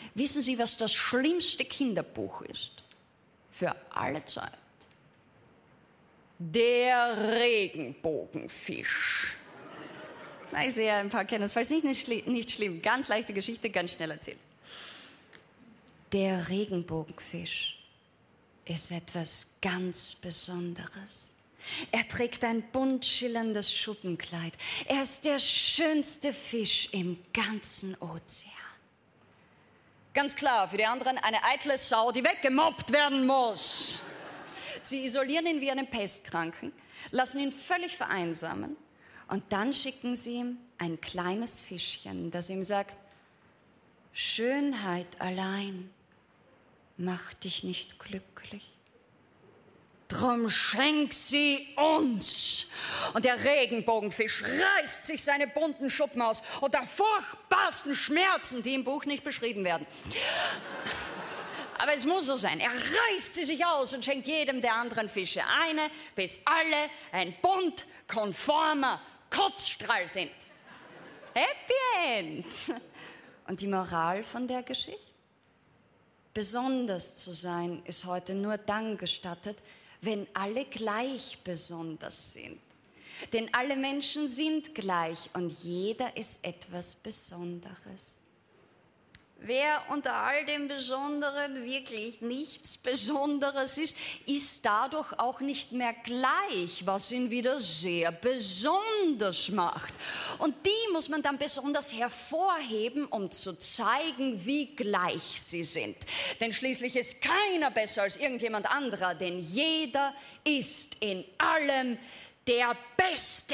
Wissen Sie, was das schlimmste Kinderbuch ist? Für alle Zeit. Der Regenbogenfisch. Na, ich sehe, ein paar kennen es. Falls nicht schlimm. Ganz leichte Geschichte, ganz schnell erzählt. Der Regenbogenfisch ist etwas ganz Besonderes. Er trägt ein bunt schillerndes Schuppenkleid. Er ist der schönste Fisch im ganzen Ozean. Ganz klar, für die anderen eine eitle Sau, die weggemobbt werden muss. Sie isolieren ihn wie einen Pestkranken, lassen ihn völlig vereinsamen und dann schicken sie ihm ein kleines Fischchen, das ihm sagt, Schönheit allein macht dich nicht glücklich. Drum schenk sie uns. Und der Regenbogenfisch reißt sich seine bunten Schuppen aus unter furchtbarsten Schmerzen, die im Buch nicht beschrieben werden. Aber es muss so sein. Er reißt sie sich aus und schenkt jedem der anderen Fische eine, bis alle ein bunt konformer Kotzstrahl sind. Happy End. Und die Moral von der Geschichte? Besonders zu sein ist heute nur dann gestattet, wenn alle gleich besonders sind. Denn alle Menschen sind gleich und jeder ist etwas Besonderes. Wer unter all dem Besonderen wirklich nichts Besonderes ist, ist dadurch auch nicht mehr gleich, was ihn wieder sehr besonders macht. Und die muss man dann besonders hervorheben, um zu zeigen, wie gleich sie sind. Denn schließlich ist keiner besser als irgendjemand anderer, denn jeder ist in allem der Beste.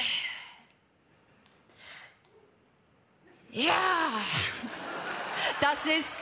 Ja, das ist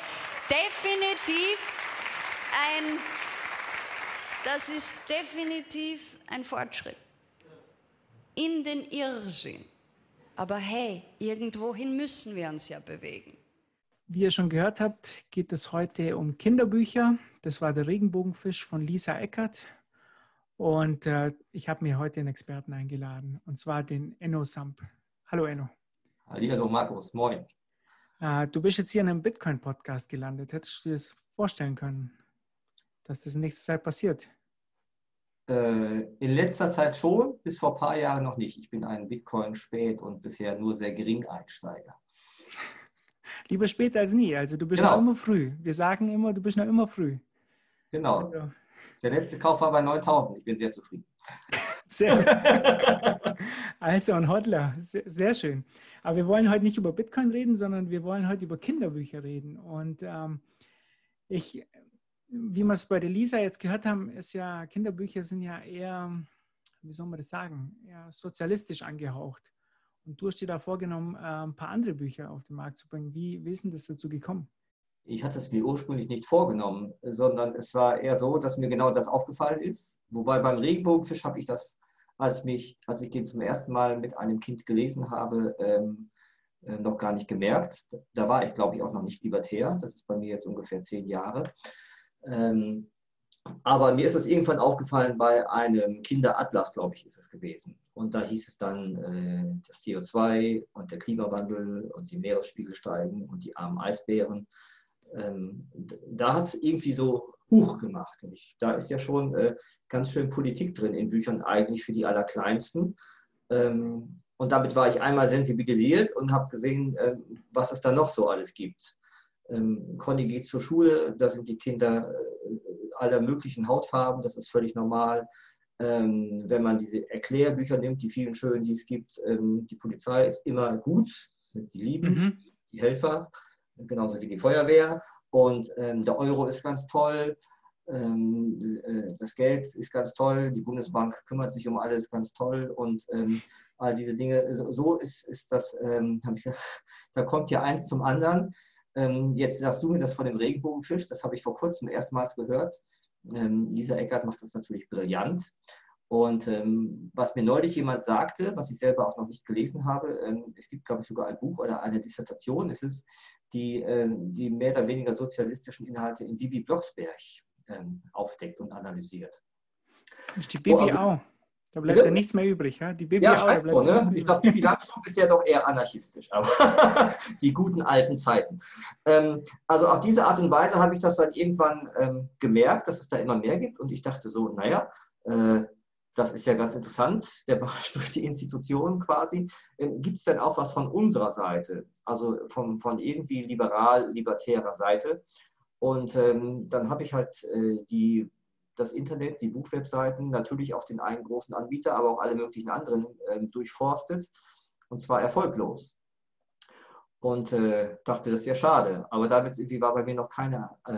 definitiv ein Fortschritt in den Irrsinn. Aber hey, irgendwohin müssen wir uns ja bewegen. Wie ihr schon gehört habt, geht es heute um Kinderbücher. Das war der Regenbogenfisch von Lisa Eckert. Und ich habe mir heute einen Experten eingeladen, und zwar den Enno Samp. Hallo Enno. Hallo Markus, moin. Du bist jetzt hier in einem Bitcoin-Podcast gelandet. Hättest du dir das vorstellen können, dass das in nächster Zeit passiert? In letzter Zeit schon, bis vor ein paar Jahren noch nicht. Ich bin ein Bitcoin-Spät und bisher nur sehr gering Einsteiger. Lieber spät als nie. Also du bist noch immer früh. Wir sagen immer, du bist noch immer früh. Genau. Also. Der letzte Kauf war bei 9.000. Ich bin sehr zufrieden. Sehr. Also ein Hodler. Sehr, sehr schön. Aber wir wollen heute nicht über Bitcoin reden, sondern wir wollen heute über Kinderbücher reden. Und wie wir es bei der Lisa jetzt gehört haben, ist ja, Kinderbücher sind ja eher, wie soll man das sagen, eher sozialistisch angehaucht. Und du hast dir da vorgenommen, ein paar andere Bücher auf den Markt zu bringen. Wie ist denn das dazu gekommen? Ich hatte es mir ursprünglich nicht vorgenommen, sondern es war eher so, dass mir genau das aufgefallen ist. Wobei beim Regenbogenfisch habe ich das, als ich den zum ersten Mal mit einem Kind gelesen habe, noch gar nicht gemerkt. Da war ich, glaube ich, auch noch nicht libertär. Das ist bei mir jetzt ungefähr 10 Jahre. Aber mir ist das irgendwann aufgefallen bei einem Kinderatlas, glaube ich, ist es gewesen. Und da hieß es dann, das CO2 und der Klimawandel und die Meeresspiegel steigen und die armen Eisbären. Da hat es irgendwie so Huch gemacht. Und da ist ja schon ganz schön Politik drin in Büchern, eigentlich für die Allerkleinsten. Und damit war ich einmal sensibilisiert und habe gesehen, was es da noch so alles gibt. Conny geht zur Schule, da sind die Kinder aller möglichen Hautfarben, das ist völlig normal. Wenn man diese Erklärbücher nimmt, die vielen schönen, die es gibt, die Polizei ist immer gut, sind die Lieben, die Helfer, genauso wie die Feuerwehr. Und der Euro ist ganz toll, das Geld ist ganz toll, die Bundesbank kümmert sich um alles ganz toll und all diese Dinge, so ist das, da kommt ja eins zum anderen. Jetzt sagst du mir das von dem Regenbogenfisch, das habe ich vor kurzem erstmals gehört. Lisa Eckert macht das natürlich brillant. Und was mir neulich jemand sagte, was ich selber auch noch nicht gelesen habe, es gibt, glaube ich, sogar ein Buch oder eine Dissertation, es ist die mehr oder weniger sozialistischen Inhalte in Bibi Blocksberg aufdeckt und analysiert. Ist die Bibi auch? Da bleibt ja nichts mehr übrig. Ja? Die Bibi Ja, auch, da scheint bleibt so, ja nichts ne? mehr Ich glaube, übrig. Pippi Langstrumpf ist ja doch eher anarchistisch, aber die guten alten Zeiten. Also auf diese Art und Weise habe ich das dann irgendwann gemerkt, dass es da immer mehr gibt und ich dachte so, naja, das ist ja ganz interessant, der Marsch durch die Institutionen quasi. Gibt es denn auch was von unserer Seite, also von irgendwie liberal-libertärer Seite? Und dann habe ich halt das Internet, die Buchwebseiten, natürlich auch den einen großen Anbieter, aber auch alle möglichen anderen durchforstet und zwar erfolglos. Und dachte, das ist ja schade. Aber damit irgendwie war bei mir noch kein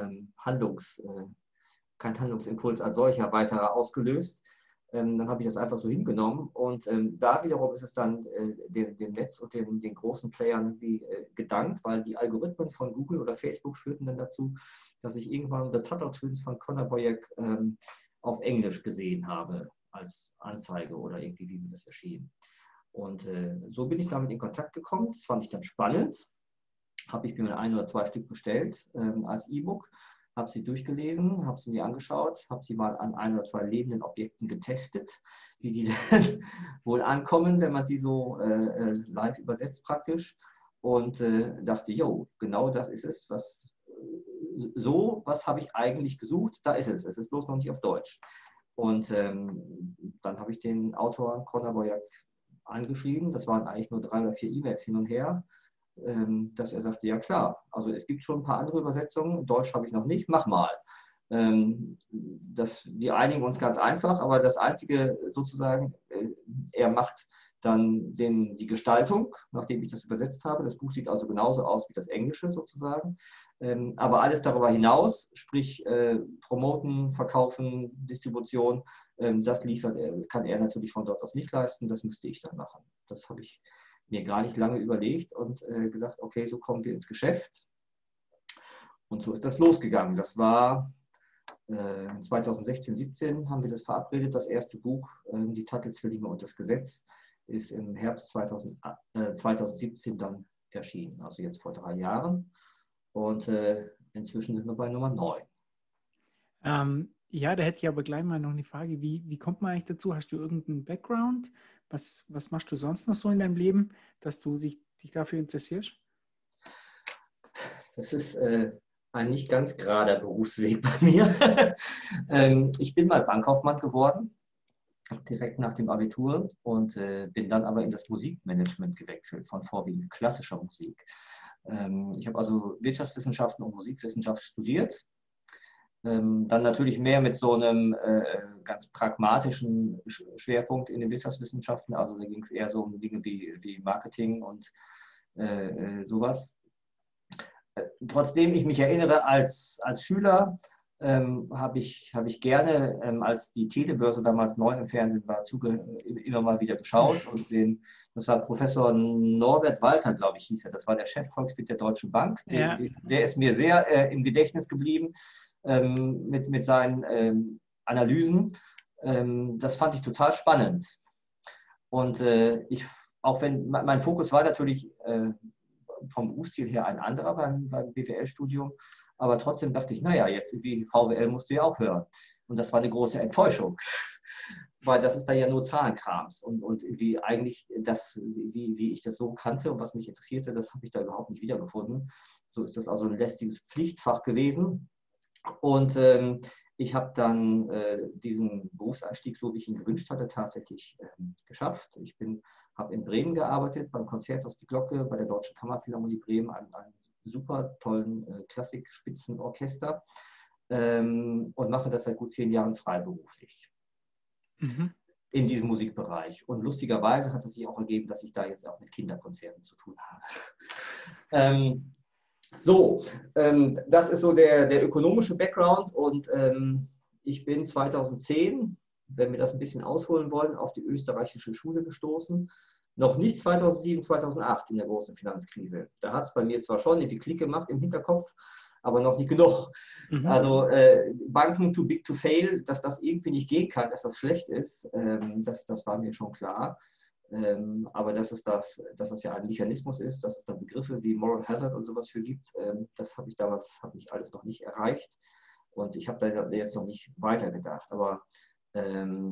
Handlungsimpuls als solcher weiterer ausgelöst. Dann habe ich das einfach so hingenommen und da wiederum ist es dann dem Netz und den großen Playern wie gedankt, weil die Algorithmen von Google oder Facebook führten dann dazu, dass ich irgendwann The Tuttle Twins von Conor Boyack auf Englisch gesehen habe als Anzeige oder irgendwie, wie mir das erschien. Und so bin ich damit in Kontakt gekommen. Das fand ich dann spannend. Habe ich mir 1 oder 2 Stück bestellt als E-Book. Habe sie durchgelesen, habe sie mir angeschaut, habe sie mal an 1 oder 2 lebenden Objekten getestet, wie die denn wohl ankommen, wenn man sie so live übersetzt praktisch. Und dachte, jo, genau das ist es, was habe ich eigentlich gesucht, da ist es. Es ist bloß noch nicht auf Deutsch. Und dann habe ich den Autor Conor Boyack angeschrieben, das waren eigentlich nur 3 oder 4 E-Mails hin und her, dass er sagte, ja klar, also es gibt schon ein paar andere Übersetzungen, Deutsch habe ich noch nicht, mach mal. Wir einigen uns ganz einfach, aber das Einzige sozusagen, er macht dann die Gestaltung, nachdem ich das übersetzt habe. Das Buch sieht also genauso aus wie das Englische sozusagen. Aber alles darüber hinaus, sprich Promoten, Verkaufen, Distribution, das kann er natürlich von dort aus nicht leisten, das müsste ich dann machen. Das habe ich mir gar nicht lange überlegt und gesagt, okay, so kommen wir ins Geschäft. Und so ist das losgegangen. Das war 2016, 17 haben wir das verabredet. Das erste Buch, Die Tuttle-Zwillinge und das Gesetz, ist im Herbst 2017 dann erschienen, also jetzt vor 3 Jahren. Und inzwischen sind wir bei Nummer 9. Ja, da hätte ich aber gleich mal noch eine Frage. Wie kommt man eigentlich dazu? Hast du irgendeinen Background? Was machst du sonst noch so in deinem Leben, dass du dich dafür interessierst? Das ist ein nicht ganz gerader Berufsweg bei mir. Ich bin mal Bankkaufmann geworden, direkt nach dem Abitur und bin dann aber in das Musikmanagement gewechselt, von vorwiegend klassischer Musik. Ich habe also Wirtschaftswissenschaften und Musikwissenschaft studiert. Dann natürlich mehr mit so einem ganz pragmatischen Schwerpunkt in den Wirtschaftswissenschaften. Also da ging es eher so um Dinge wie Marketing und sowas. Trotzdem ich mich erinnere, als Schüler habe ich gerne, als die Telebörse damals neu im Fernsehen war, immer mal wieder geschaut. Und das war Professor Norbert Walter, glaube ich, hieß er. Das war der Chefvolkswirt der Deutschen Bank. Ja. Der ist mir sehr im Gedächtnis geblieben mit seinen Analysen. Das fand ich total spannend. Und auch wenn mein Fokus war natürlich vom Berufsstil her ein anderer beim BWL-Studium, aber trotzdem dachte ich, naja, jetzt wie VWL musst du ja auch hören. Und das war eine große Enttäuschung, weil das ist da ja nur Zahlenkrams und wie eigentlich wie ich das so kannte und was mich interessierte, das habe ich da überhaupt nicht wiedergefunden. So ist das also ein lästiges Pflichtfach gewesen. Und ich habe dann diesen Berufseinstieg, so wie ich ihn gewünscht hatte, tatsächlich geschafft. Ich habe in Bremen gearbeitet, beim Konzerthaus Die Glocke, bei der Deutschen Kammerphilharmonie Bremen, einem super tollen Klassikspitzenorchester und mache das seit gut 10 Jahren freiberuflich in diesem Musikbereich. Und lustigerweise hat es sich auch ergeben, dass ich da jetzt auch mit Kinderkonzerten zu tun habe. Das ist so der ökonomische Background und ich bin 2010, wenn wir das ein bisschen ausholen wollen, auf die österreichische Schule gestoßen. Noch nicht 2007, 2008 in der großen Finanzkrise. Da hat es bei mir zwar schon irgendwie Klick gemacht im Hinterkopf, aber noch nicht genug. Also Banken too big to fail, dass das irgendwie nicht gehen kann, dass das schlecht ist, das war mir schon klar. Aber dass es ja ein Mechanismus ist, dass es da Begriffe wie Moral Hazard und sowas für gibt, das habe ich alles noch nicht erreicht und ich habe da jetzt noch nicht weitergedacht. Aber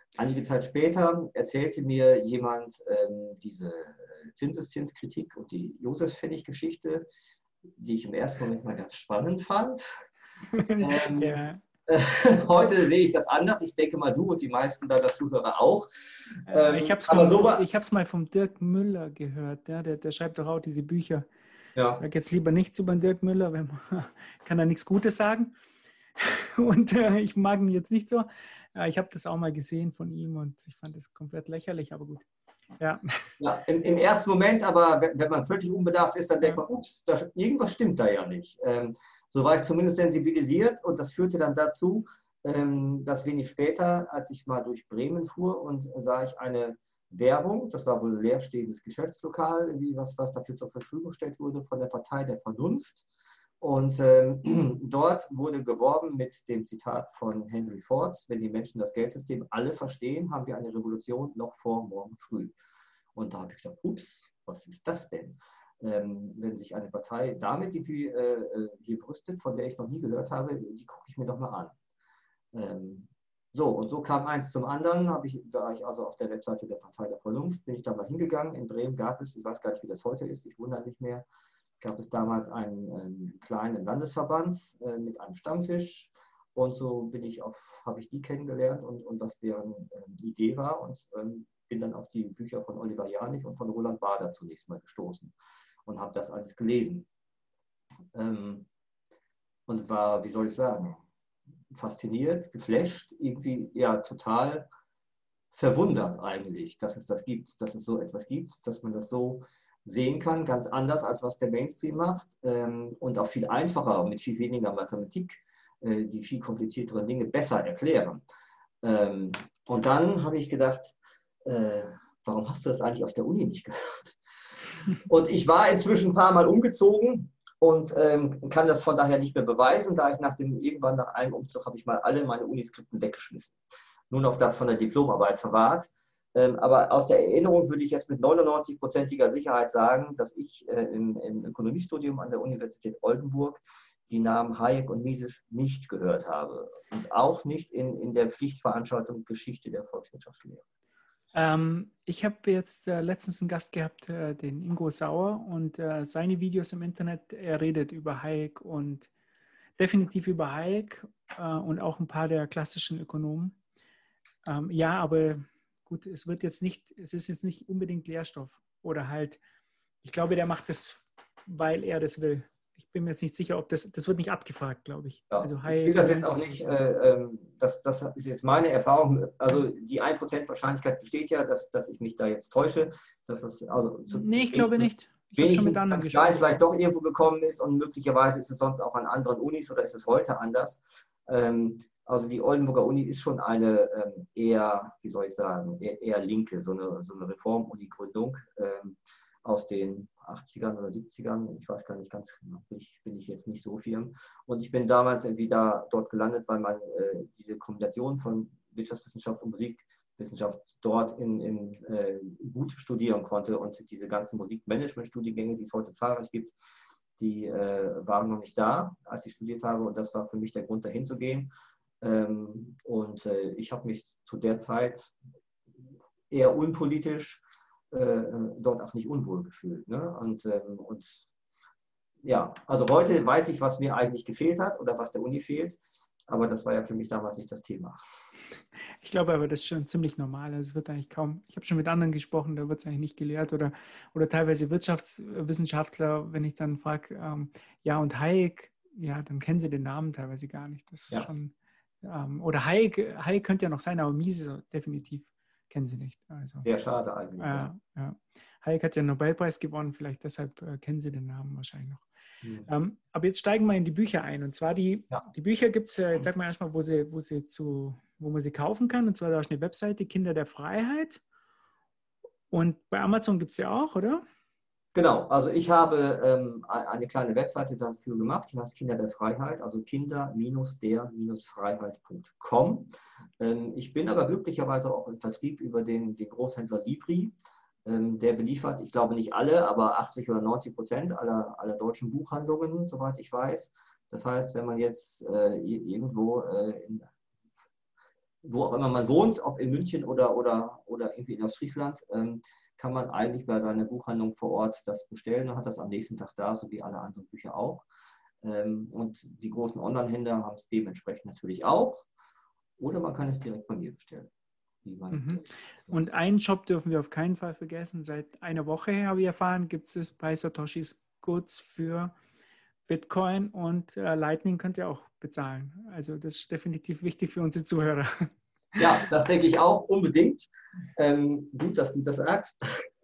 Einige Zeit später erzählte mir jemand diese Zinseszinskritik und die Josefspfennig-Geschichte, die ich im ersten Moment mal ganz spannend fand. Ja. Heute sehe ich das anders. Ich denke mal, du und die meisten deiner Zuhörer auch. Ich habe es mal vom Dirk Müller gehört. Ja? Der schreibt doch auch diese Bücher. Ja. Ich sage jetzt lieber nichts über den Dirk Müller, weil man kann da nichts Gutes sagen. Und ich mag ihn jetzt nicht so. Ich habe das auch mal gesehen von ihm und ich fand es komplett lächerlich, aber gut. Ja. Ja, im ersten Moment, aber wenn man völlig unbedarft ist, dann denkt man, ups, irgendwas stimmt da ja nicht. So war ich zumindest sensibilisiert und das führte dann dazu, dass wenig später, als ich mal durch Bremen fuhr und sah ich eine Werbung, das war wohl ein leerstehendes Geschäftslokal, was dafür zur Verfügung gestellt wurde von der Partei der Vernunft. Und dort wurde geworben mit dem Zitat von Henry Ford: Wenn die Menschen das Geldsystem alle verstehen, haben wir eine Revolution noch vor morgen früh. Und da habe ich gedacht, ups, was ist das denn? Wenn sich eine Partei damit hier brüstet, von der ich noch nie gehört habe, die gucke ich mir doch mal an. So, und so kam eins zum anderen, da ich also auf der Webseite der Partei der Vernunft, bin ich da mal hingegangen. In Bremen gab es, ich weiß gar nicht, wie das heute ist, ich wundere nicht mehr, gab es damals einen kleinen Landesverband mit einem Stammtisch. Und so habe ich die kennengelernt und was deren Idee war und bin dann auf die Bücher von Oliver Janich und von Roland Bader zunächst mal gestoßen und habe das alles gelesen. Und war, wie soll ich sagen, fasziniert, geflasht, irgendwie ja total verwundert eigentlich, dass es das gibt, dass es so etwas gibt, dass man das so sehen kann, ganz anders als was der Mainstream macht und auch viel einfacher und mit viel weniger Mathematik die viel komplizierteren Dinge besser erklären. Und dann habe ich gedacht, warum hast du das eigentlich auf der Uni nicht gehört? Und ich war inzwischen ein paar Mal umgezogen und kann das von daher nicht mehr beweisen, da ich irgendwann nach einem Umzug habe ich mal alle meine Uniskripten weggeschmissen. Nur noch das von der Diplomarbeit verwahrt. Aber aus der Erinnerung würde ich jetzt mit 99%iger Sicherheit sagen, dass ich im Ökonomiestudium an der Universität Oldenburg die Namen Hayek und Mises nicht gehört habe. Und auch nicht in der Pflichtveranstaltung Geschichte der Volkswirtschaftslehre. Ich habe jetzt letztens einen Gast gehabt, den Ingo Sauer, und seine Videos im Internet, er redet über Hayek und definitiv über Hayek und auch ein paar der klassischen Ökonomen. Ja, aber gut, es ist jetzt nicht unbedingt Lehrstoff. Oder halt, ich glaube, der macht das, weil er das will. Ich bin mir jetzt nicht sicher, ob das wird nicht abgefragt, glaube ich. Ja, also ich will das jetzt auch nicht, das ist jetzt meine Erfahrung, also die 1% Wahrscheinlichkeit besteht ja, dass ich mich da jetzt täusche. Dass das, nee, ich glaube nicht. Ich habe schon mit anderen gesprochen. Vielleicht doch irgendwo gekommen ist und möglicherweise ist es sonst auch an anderen Unis oder ist es heute anders. Also die Oldenburger Uni ist schon eine eher, wie soll ich sagen, eher linke, so eine Reform-Uni-Gründung aus den 80ern oder 70ern, ich weiß gar nicht ganz genau, bin ich jetzt nicht so firm. Und ich bin damals irgendwie dort gelandet, weil man diese Kombination von Wirtschaftswissenschaft und Musikwissenschaft dort gut studieren konnte. Und diese ganzen Musikmanagement-Studiengänge, die es heute zahlreich gibt, die waren noch nicht da, als ich studiert habe. Und das war für mich der Grund, dahin zu gehen. Und ich habe mich zu der Zeit eher unpolitisch dort auch nicht unwohl gefühlt. Ne? Und ja, also heute weiß ich, was mir eigentlich gefehlt hat oder was der Uni fehlt, aber das war ja für mich damals nicht das Thema. Ich glaube aber, das ist schon ziemlich normal. Also es wird eigentlich kaum, ich habe schon mit anderen gesprochen, da wird es eigentlich nicht gelehrt oder teilweise Wirtschaftswissenschaftler, wenn ich dann frage, ja und Hayek, ja, dann kennen sie den Namen teilweise gar nicht. Das ist ja schon, oder Hayek könnte ja noch sein, aber Mises definitiv kennen sie nicht. Also, sehr schade eigentlich. Ja. Hayek hat ja einen Nobelpreis gewonnen, vielleicht deshalb kennen sie den Namen wahrscheinlich noch. Mhm. Aber jetzt steigen wir in die Bücher ein. Und zwar die Bücher gibt es, jetzt sag mal erstmal, wo man sie kaufen kann. Und zwar da ist eine Webseite, Kinder der Freiheit. Und bei Amazon gibt es ja auch, oder? Genau, also ich habe eine kleine Webseite dafür gemacht, die heißt Kinder der Freiheit, also kinder-der-freiheit.com. Ich bin aber glücklicherweise auch im Vertrieb über den Großhändler Libri. Der beliefert, ich glaube nicht alle, aber 80 oder 90% aller deutschen Buchhandlungen, soweit ich weiß. Das heißt, wenn man jetzt irgendwo wo auch immer man wohnt, ob in München oder irgendwie in Ostfriesland, kann man eigentlich bei seiner Buchhandlung vor Ort das bestellen und hat das am nächsten Tag da, so wie alle anderen Bücher auch. Und die großen Online-Händler haben es dementsprechend natürlich auch. Oder man kann es direkt bei mir bestellen. Und einen Job dürfen wir auf keinen Fall vergessen. Seit einer Woche, habe ich erfahren, gibt es bei Satoshis Goods für Bitcoin und Lightning könnt ihr auch bezahlen. Also das ist definitiv wichtig für unsere Zuhörer. Ja, das denke ich auch unbedingt. Gut, dass du das sagst.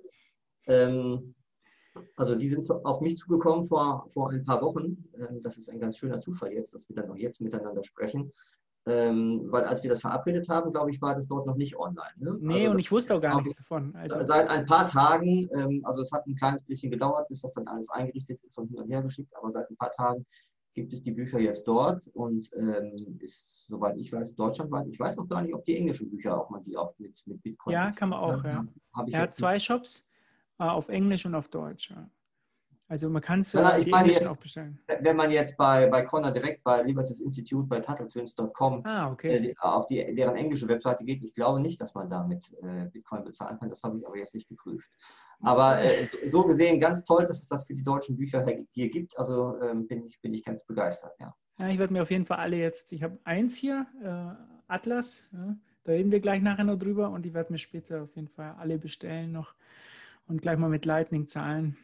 Also die sind auf mich zugekommen vor ein paar Wochen. Das ist ein ganz schöner Zufall jetzt, dass wir dann auch jetzt miteinander sprechen. Weil als wir das verabredet haben, glaube ich, war das dort noch nicht online. Ne? Nee, also und ich wusste auch gar nichts davon. Also seit ein paar Tagen, also es hat ein kleines bisschen gedauert, bis das dann alles eingerichtet ist und hin und her geschickt, aber seit ein paar Tagen gibt es die Bücher jetzt dort und ist, soweit ich weiß, deutschlandweit. Ich weiß noch gar nicht, ob die englischen Bücher auch man die auch mit Bitcoin. Ja, kann man auch, ja. Er hat 2 Shops, auf Englisch und auf Deutsch. Ja. Also man kann es die englischen auch bestellen. Wenn man jetzt bei Connor direkt bei Libertas Institute, bei TuttleTwins.com auf deren englische Webseite geht, ich glaube nicht, dass man da mit Bitcoin bezahlen kann. Das habe ich aber jetzt nicht geprüft. Aber so gesehen ganz toll, dass es das für die deutschen Bücher hier gibt. Also bin ich ganz begeistert, ja. Ja, ich werde mir auf jeden Fall alle jetzt, ich habe eins hier, Atlas, ja, da reden wir gleich nachher noch drüber und ich werde mir später auf jeden Fall alle bestellen noch und gleich mal mit Lightning zahlen.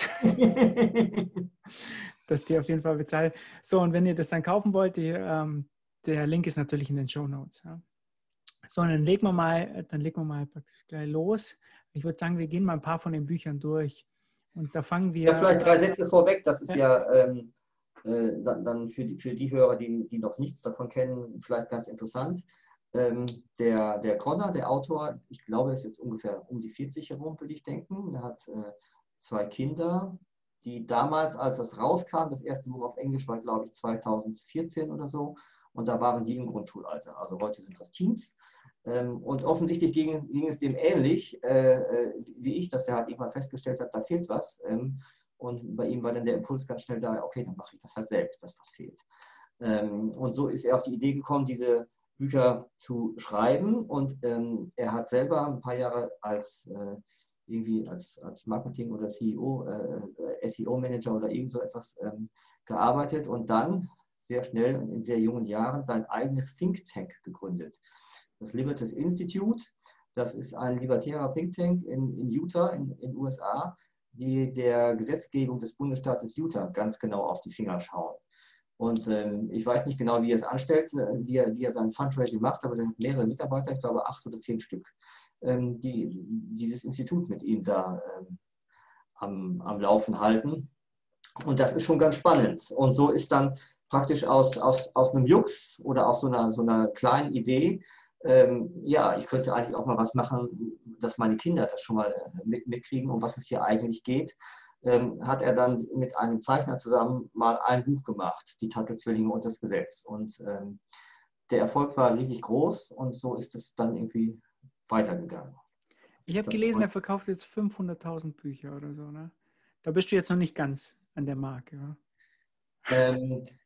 Dass die auf jeden Fall bezahlen. So, und wenn ihr das dann kaufen wollt, der Link ist natürlich in den Shownotes. Ja. So, und dann legen wir mal praktisch gleich los. Ich würde sagen, wir gehen mal ein paar von den Büchern durch. Und da fangen wir... Ja, vielleicht 3 Sätze vorweg. Das ist dann für die Hörer, die noch nichts davon kennen, vielleicht ganz interessant. Der Connor, der Autor, ich glaube, er ist jetzt ungefähr um die 40 herum, würde ich denken. Er hat 2 Kinder, die damals, als das rauskam, das erste Buch auf Englisch war, glaube ich, 2014 oder so. Und da waren die im Grundschulalter. Also heute sind das Teens. Und offensichtlich ging es dem ähnlich wie ich, dass er halt irgendwann festgestellt hat, da fehlt was. Und bei ihm war dann der Impuls ganz schnell da, okay, dann mache ich das halt selbst, dass was fehlt. Und so ist er auf die Idee gekommen, diese Bücher zu schreiben. Und er hat selber ein paar Jahre als Marketing- oder SEO-Manager oder irgend so etwas gearbeitet und dann sehr schnell und in sehr jungen Jahren sein eigenes Think Tank gegründet. Das Libertas Institute, das ist ein libertärer Think Tank in Utah, in den USA, die der Gesetzgebung des Bundesstaates Utah ganz genau auf die Finger schauen. Und ich weiß nicht genau, wie er es anstellt, wie er sein Fundraising macht, aber er hat mehrere Mitarbeiter, ich glaube 8 oder 10 Stück, die dieses Institut mit ihm da am Laufen halten. Und das ist schon ganz spannend. Und so ist dann praktisch aus einem Jux oder aus so einer kleinen Idee, ich könnte eigentlich auch mal was machen, dass meine Kinder das schon mal mitkriegen, um was es hier eigentlich geht, hat er dann mit einem Zeichner zusammen mal ein Buch gemacht, Die Tuttle-Zwillinge und das Gesetz. Und der Erfolg war riesig groß und so ist es dann irgendwie weitergegangen. Ich habe gelesen, er verkauft jetzt 500.000 Bücher oder so, ne? Da bist du jetzt noch nicht ganz an der Marke, oder?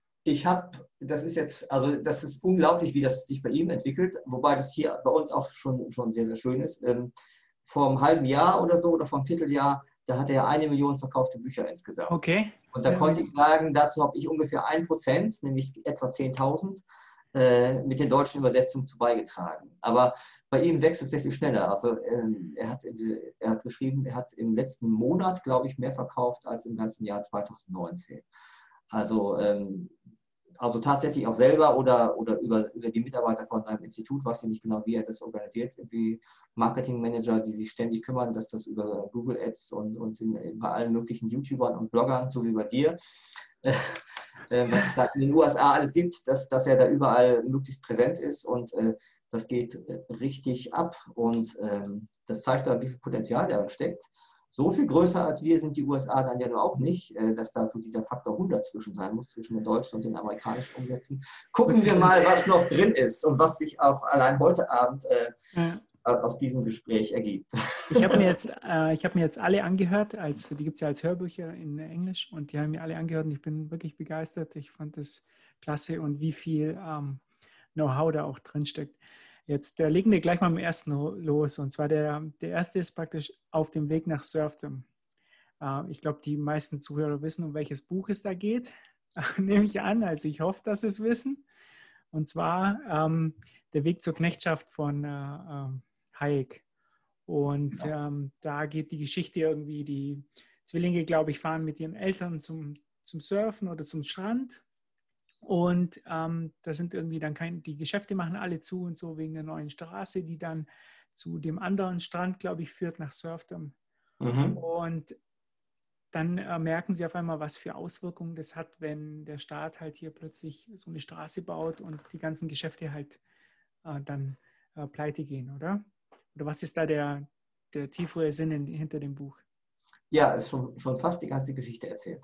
Das ist unglaublich, wie das sich bei ihm entwickelt, wobei das hier bei uns auch schon sehr, sehr schön ist. Vor einem halben Jahr oder so oder vor einem Vierteljahr, da hatte er 1 Million verkaufte Bücher insgesamt. Okay. Und da konnte ich sagen, dazu habe ich ungefähr 1%, nämlich etwa 10.000, mit den deutschen Übersetzungen zu beigetragen. Aber bei ihm wächst es sehr viel schneller. Also er hat geschrieben, er hat im letzten Monat, glaube ich, mehr verkauft als im ganzen Jahr 2019. Also tatsächlich auch selber oder über die Mitarbeiter von seinem Institut, weiß ich nicht genau, wie er das organisiert, wie Marketingmanager, die sich ständig kümmern, dass das über Google Ads und bei allen möglichen YouTubern und Bloggern, so wie bei dir, was es da in den USA alles gibt, dass er da überall möglichst präsent ist und das geht richtig ab und das zeigt dann, wie viel Potenzial darin steckt. So viel größer als wir sind die USA dann ja nur auch nicht, dass da so dieser Faktor 100 zwischen sein muss, zwischen den deutschen und den amerikanischen Umsätzen. Gucken wir mal, was noch drin ist und was sich auch allein heute Abend aus diesem Gespräch ergibt. Ich habe mir jetzt alle angehört, die gibt es ja als Hörbücher in Englisch und die haben mir alle angehört und ich bin wirklich begeistert. Ich fand das klasse und wie viel Know-how da auch drin steckt. Jetzt legen wir gleich mal mit dem ersten los. Und zwar der erste ist praktisch auf dem Weg nach Serfdom. Ich glaube, die meisten Zuhörer wissen, um welches Buch es da geht, nehme ich an. Also ich hoffe, dass sie es wissen. Und zwar der Weg zur Knechtschaft von Hayek. Und da geht die Geschichte irgendwie, die Zwillinge, glaube ich, fahren mit ihren Eltern zum Surfen oder zum Strand. Und da sind irgendwie dann die Geschäfte machen alle zu und so wegen der neuen Straße, die dann zu dem anderen Strand, glaube ich, führt nach Serfdom. Und dann merken sie auf einmal, was für Auswirkungen das hat, wenn der Staat halt hier plötzlich so eine Straße baut und die ganzen Geschäfte halt dann pleite gehen, oder? Oder was ist da der tiefere Sinn hinter dem Buch? Ja, ist schon fast die ganze Geschichte erzählt.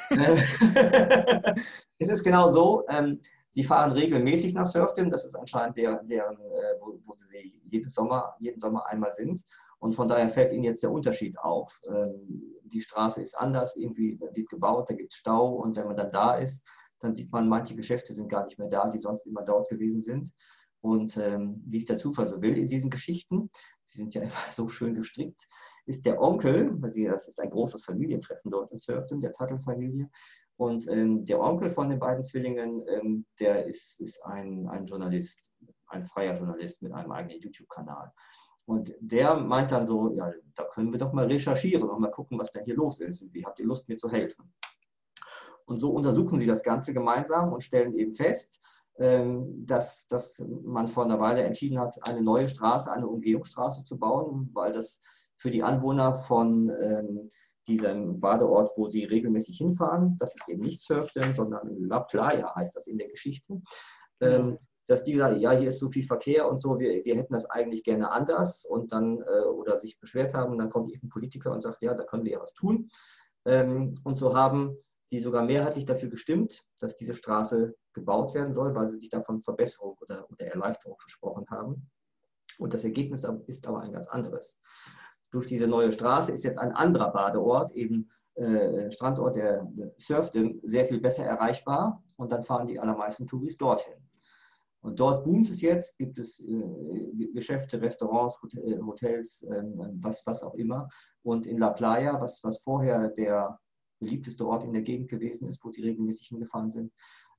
Es ist genau so, die fahren regelmäßig nach Serfdom, das ist anscheinend deren wo sie jeden Sommer einmal sind. Und von daher fällt ihnen jetzt der Unterschied auf. Die Straße ist anders, irgendwie wird gebaut, da gibt es Stau und wenn man dann da ist, dann sieht man, manche Geschäfte sind gar nicht mehr da, die sonst immer dort gewesen sind. Und wie es der Zufall so will in diesen Geschichten, die sind ja immer so schön gestrickt, ist der Onkel, das ist ein großes Familientreffen dort in Serfdom, der Tuttle-Familie, und der Onkel von den beiden Zwillingen, der ist ein Journalist, ein freier Journalist mit einem eigenen YouTube-Kanal. Und der meint dann so, ja, da können wir doch mal recherchieren und mal gucken, was denn hier los ist. Wie habt ihr Lust, mir zu helfen? Und so untersuchen sie das Ganze gemeinsam und stellen eben fest, dass man vor einer Weile entschieden hat, eine neue Straße, eine Umgehungsstraße zu bauen, weil das für die Anwohner von diesem Badeort, wo sie regelmäßig hinfahren, das ist eben nicht Serfdom, sondern La Playa heißt das in der Geschichte, dass die sagen, ja, hier ist so viel Verkehr und so, wir hätten das eigentlich gerne anders und dann, oder sich beschwert haben, dann kommt ein Politiker und sagt, ja, da können wir ja was tun. Und so haben die sogar mehrheitlich dafür gestimmt, dass diese Straße gebaut werden soll, weil sie sich davon Verbesserung oder Erleichterung versprochen haben. Und das Ergebnis ist aber ein ganz anderes. Durch diese neue Straße ist jetzt ein anderer Badeort, eben Strandort der Serfdom, sehr viel besser erreichbar und dann fahren die allermeisten Touris dorthin. Und dort boomt es jetzt, gibt es Geschäfte, Restaurants, Hotels, was auch immer. Und in La Playa, was vorher der beliebteste Ort in der Gegend gewesen ist, wo sie regelmäßig hingefahren sind,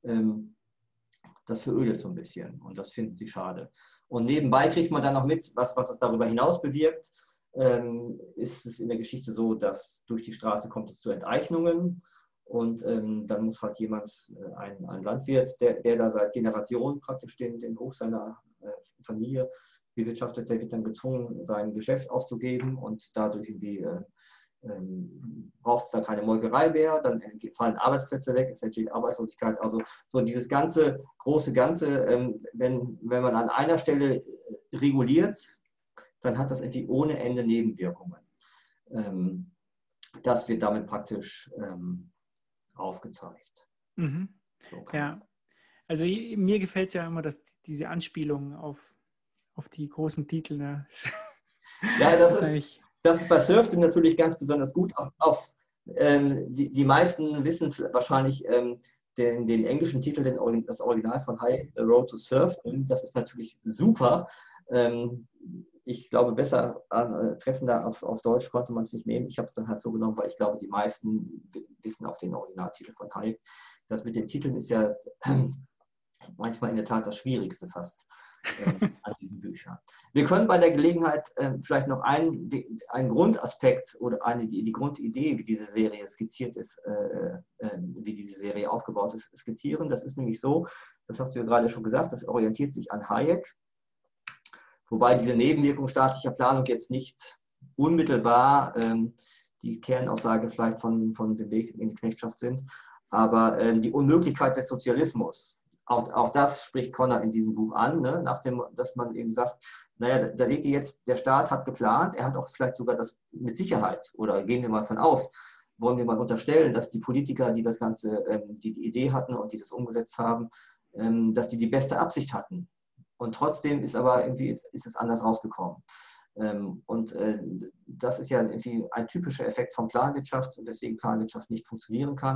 das verödet so ein bisschen und das finden sie schade. Und nebenbei kriegt man dann noch mit, was es darüber hinaus bewirkt. Ist es in der Geschichte so, dass durch die Straße kommt es zu Enteignungen und dann muss halt jemand, ein Landwirt, der da seit Generationen praktisch den Hof seiner Familie bewirtschaftet, der wird dann gezwungen, sein Geschäft aufzugeben und dadurch irgendwie braucht es da keine Molkerei mehr, dann fallen Arbeitsplätze weg, es entsteht Arbeitslosigkeit. Also so dieses große Ganze, wenn man an einer Stelle reguliert, dann hat das irgendwie ohne Ende Nebenwirkungen. Das wird damit praktisch aufgezeigt. Mhm. So ja, also mir gefällt es ja immer, dass diese Anspielung auf die großen Titel. Ne? Ja, das ist bei Serfdom natürlich ganz besonders gut. Die meisten wissen wahrscheinlich den englischen Titel, das Original von High Road to Serfdom. Das ist natürlich super. Ich glaube, besser treffender auf Deutsch konnte man es nicht nehmen. Ich habe es dann halt so genommen, weil ich glaube, die meisten wissen auch den Originaltitel von Hayek. Das mit den Titeln ist ja manchmal in der Tat das Schwierigste fast an diesen Büchern. Wir können bei der Gelegenheit vielleicht noch einen Grundaspekt oder die Grundidee, wie diese Serie skizziert ist, wie diese Serie aufgebaut ist, skizzieren. Das ist nämlich so, das hast du ja gerade schon gesagt, das orientiert sich an Hayek. Wobei diese Nebenwirkung staatlicher Planung jetzt nicht unmittelbar die Kernaussage vielleicht von dem Weg in die Knechtschaft sind, aber die Unmöglichkeit des Sozialismus, auch das spricht Connor in diesem Buch an, ne? Dass man eben sagt, naja, da seht ihr jetzt, der Staat hat geplant, er hat auch vielleicht sogar das mit Sicherheit, oder gehen wir mal von aus, wollen wir mal unterstellen, dass die Politiker, die das Ganze, die Idee hatten und die das umgesetzt haben, dass die beste Absicht hatten. Und trotzdem ist aber irgendwie ist es anders rausgekommen. Und das ist ja irgendwie ein typischer Effekt von Planwirtschaft und deswegen Planwirtschaft nicht funktionieren kann.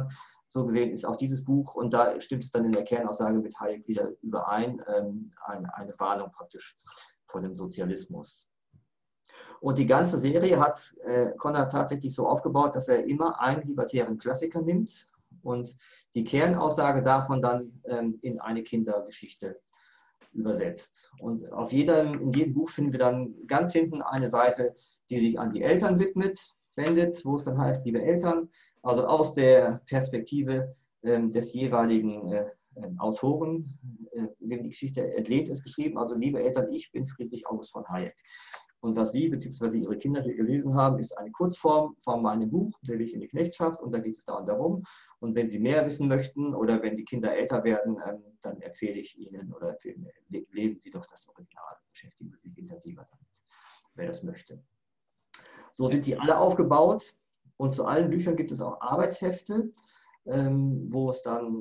So gesehen ist auch dieses Buch, und da stimmt es dann in der Kernaussage mit Hayek wieder überein, eine Warnung praktisch vor dem Sozialismus. Und die ganze Serie hat Konrad tatsächlich so aufgebaut, dass er immer einen libertären Klassiker nimmt und die Kernaussage davon dann in eine Kindergeschichte übersetzt. Und in jedem Buch finden wir dann ganz hinten eine Seite, die sich an die Eltern wendet, wo es dann heißt, liebe Eltern, also aus der Perspektive des jeweiligen Autoren, dem die Geschichte entlehnt ist, geschrieben, also liebe Eltern, ich bin Friedrich August von Hayek. Und was Sie bzw. Ihre Kinder hier gelesen haben, ist eine Kurzform von meinem Buch, Der Weg in die Knechtschaft. Und da geht es darum. Und wenn Sie mehr wissen möchten oder wenn die Kinder älter werden, dann empfehle ich Ihnen oder lesen Sie doch das Original. Beschäftigen Sie sich intensiver damit, wer das möchte. So sind die alle aufgebaut. Und zu allen Büchern gibt es auch Arbeitshefte, wo es dann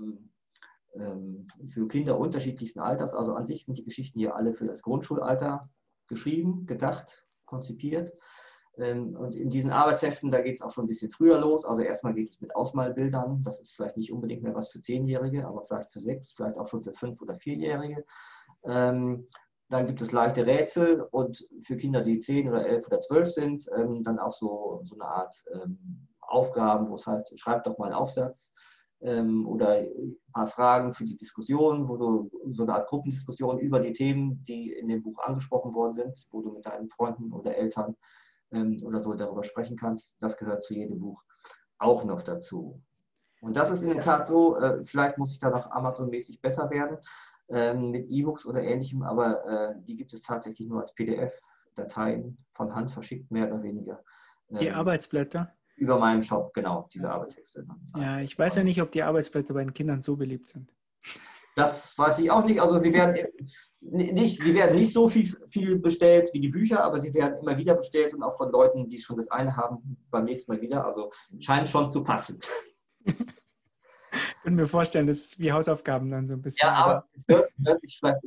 für Kinder unterschiedlichsten Alters, also an sich sind die Geschichten hier alle für das Grundschulalter geschrieben, gedacht, konzipiert. Und in diesen Arbeitsheften, da geht es auch schon ein bisschen früher los. Also erstmal geht es mit Ausmalbildern. Das ist vielleicht nicht unbedingt mehr was für 10-Jährige, aber vielleicht für 6, vielleicht auch schon für 5- oder 4-Jährige. Dann gibt es leichte Rätsel und für Kinder, die 10 oder 11 oder 12 sind, dann auch so eine Art Aufgaben, wo es heißt, schreib doch mal einen Aufsatz. Oder ein paar Fragen für die Diskussion, wo du so eine Art Gruppendiskussion über die Themen, die in dem Buch angesprochen worden sind, wo du mit deinen Freunden oder Eltern oder so darüber sprechen kannst. Das gehört zu jedem Buch auch noch dazu. Und das ist in der Tat so, vielleicht muss ich da noch Amazon-mäßig besser werden mit E-Books oder Ähnlichem, aber die gibt es tatsächlich nur als PDF-Dateien von Hand verschickt, mehr oder weniger. Die Arbeitsblätter? Über meinen Shop, genau, diese Arbeitshefte. Ja, ich weiß ja nicht, ob die Arbeitsblätter bei den Kindern so beliebt sind. Das weiß ich auch nicht. Also sie werden nicht so viel bestellt wie die Bücher, aber sie werden immer wieder bestellt und auch von Leuten, die schon das eine haben, beim nächsten Mal wieder. Also scheint schon zu passen. Ich könnte mir vorstellen, das ist wie Hausaufgaben dann so ein bisschen. Ja, aber es hört sich vielleicht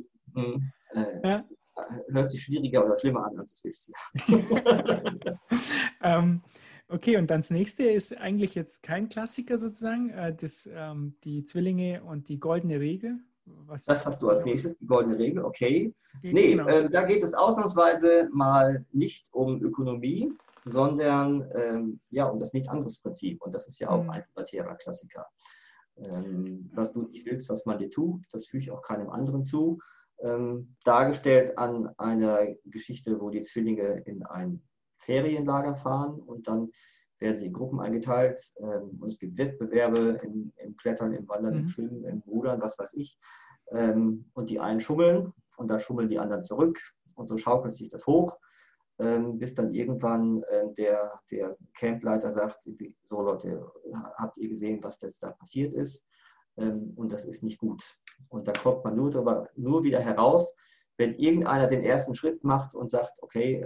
hört sich schwieriger oder schlimmer an, als es ist. Okay, und dann das nächste ist eigentlich jetzt kein Klassiker sozusagen, die Zwillinge und die goldene Regel. Das hast du als nächstes, die goldene Regel, okay. Genau. Da geht es ausnahmsweise mal nicht um Ökonomie, sondern um das Nicht-Angriffsprinzip. Und das ist ja auch ein libertärer Klassiker. Was du nicht willst, was man dir tut, das füge ich auch keinem anderen zu. Dargestellt an einer Geschichte, wo die Zwillinge in ein Ferienlager fahren und dann werden sie in Gruppen eingeteilt und es gibt Wettbewerbe im Klettern, im Wandern, im Schwimmen, im Rudern, was weiß ich. Und die einen schummeln und dann schummeln die anderen zurück und so schaukelt sich das hoch, bis dann irgendwann der Campleiter sagt, so Leute, habt ihr gesehen, was jetzt da passiert ist? Und das ist nicht gut. Und da kommt man nur wieder heraus, wenn irgendeiner den ersten Schritt macht und sagt, okay,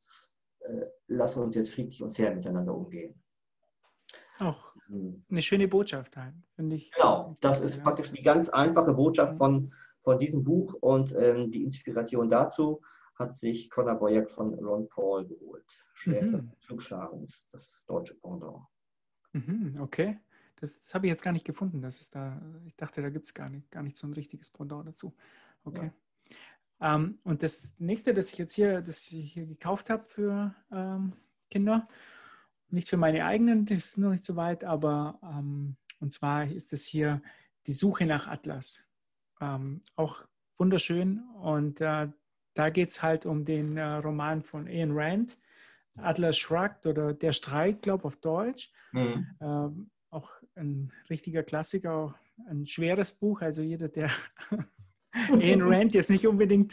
lass uns jetzt friedlich und fair miteinander umgehen. Auch eine schöne Botschaft, finde ich. Genau, das ist praktisch die ganz einfache Botschaft von diesem Buch und die Inspiration dazu hat sich Conor Boyack von Ron Paul geholt. Schwerter Flugscharen ist das deutsche Pendant. Okay, das habe ich jetzt gar nicht gefunden. Ich dachte, da gibt es gar nicht so ein richtiges Pendant dazu. Okay. Ja. Und das nächste, das ich hier gekauft habe für Kinder, nicht für meine eigenen, das ist noch nicht so weit, aber und zwar ist es hier Die Suche nach Atlas. Auch wunderschön und da geht es halt um den Roman von Ayn Rand, Atlas Shrugged oder Der Streit, glaube ich, auf Deutsch. Auch ein richtiger Klassiker, auch ein schweres Buch, also jeder, der Ayn Rand jetzt nicht unbedingt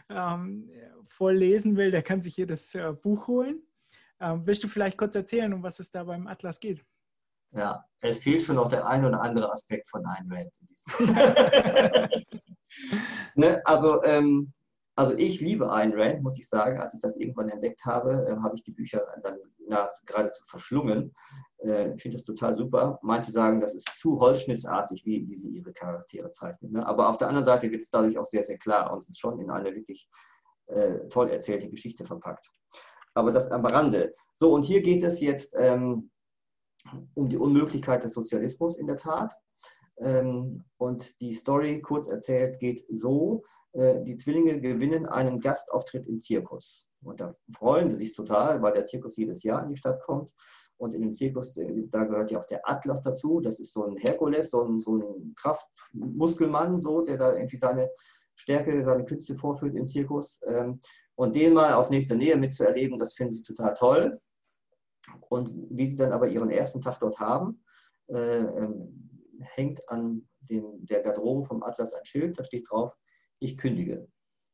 voll lesen will, der kann sich hier das Buch holen. Willst du vielleicht kurz erzählen, um was es da beim Atlas geht? Ja, es fehlt schon noch der ein oder andere Aspekt von Ayn Rand in diesem ne, also ich liebe Ayn Rand, muss ich sagen. Als ich das irgendwann entdeckt habe, habe ich die Bücher dann geradezu verschlungen. Ich finde das total super. Manche sagen, das ist zu holzschnittsartig, wie sie ihre Charaktere zeichnen. Ne? Aber auf der anderen Seite wird es dadurch auch sehr, sehr klar und ist schon in eine wirklich toll erzählte Geschichte verpackt. Aber das am Rande. So, und hier geht es jetzt um die Unmöglichkeit des Sozialismus in der Tat. Und die Story, kurz erzählt, geht so: Die Zwillinge gewinnen einen Gastauftritt im Zirkus. Und da freuen sie sich total, weil der Zirkus jedes Jahr in die Stadt kommt. Und in dem Zirkus, da gehört ja auch der Atlas dazu. Das ist so ein Herkules, so ein Kraftmuskelmann, so, der da irgendwie seine Stärke, seine Künste vorführt im Zirkus. Und den mal auf nächster Nähe mitzuerleben, das finden sie total toll. Und wie sie dann aber ihren ersten Tag dort haben, hängt an der Garderobe vom Atlas ein Schild, da steht drauf: Ich kündige.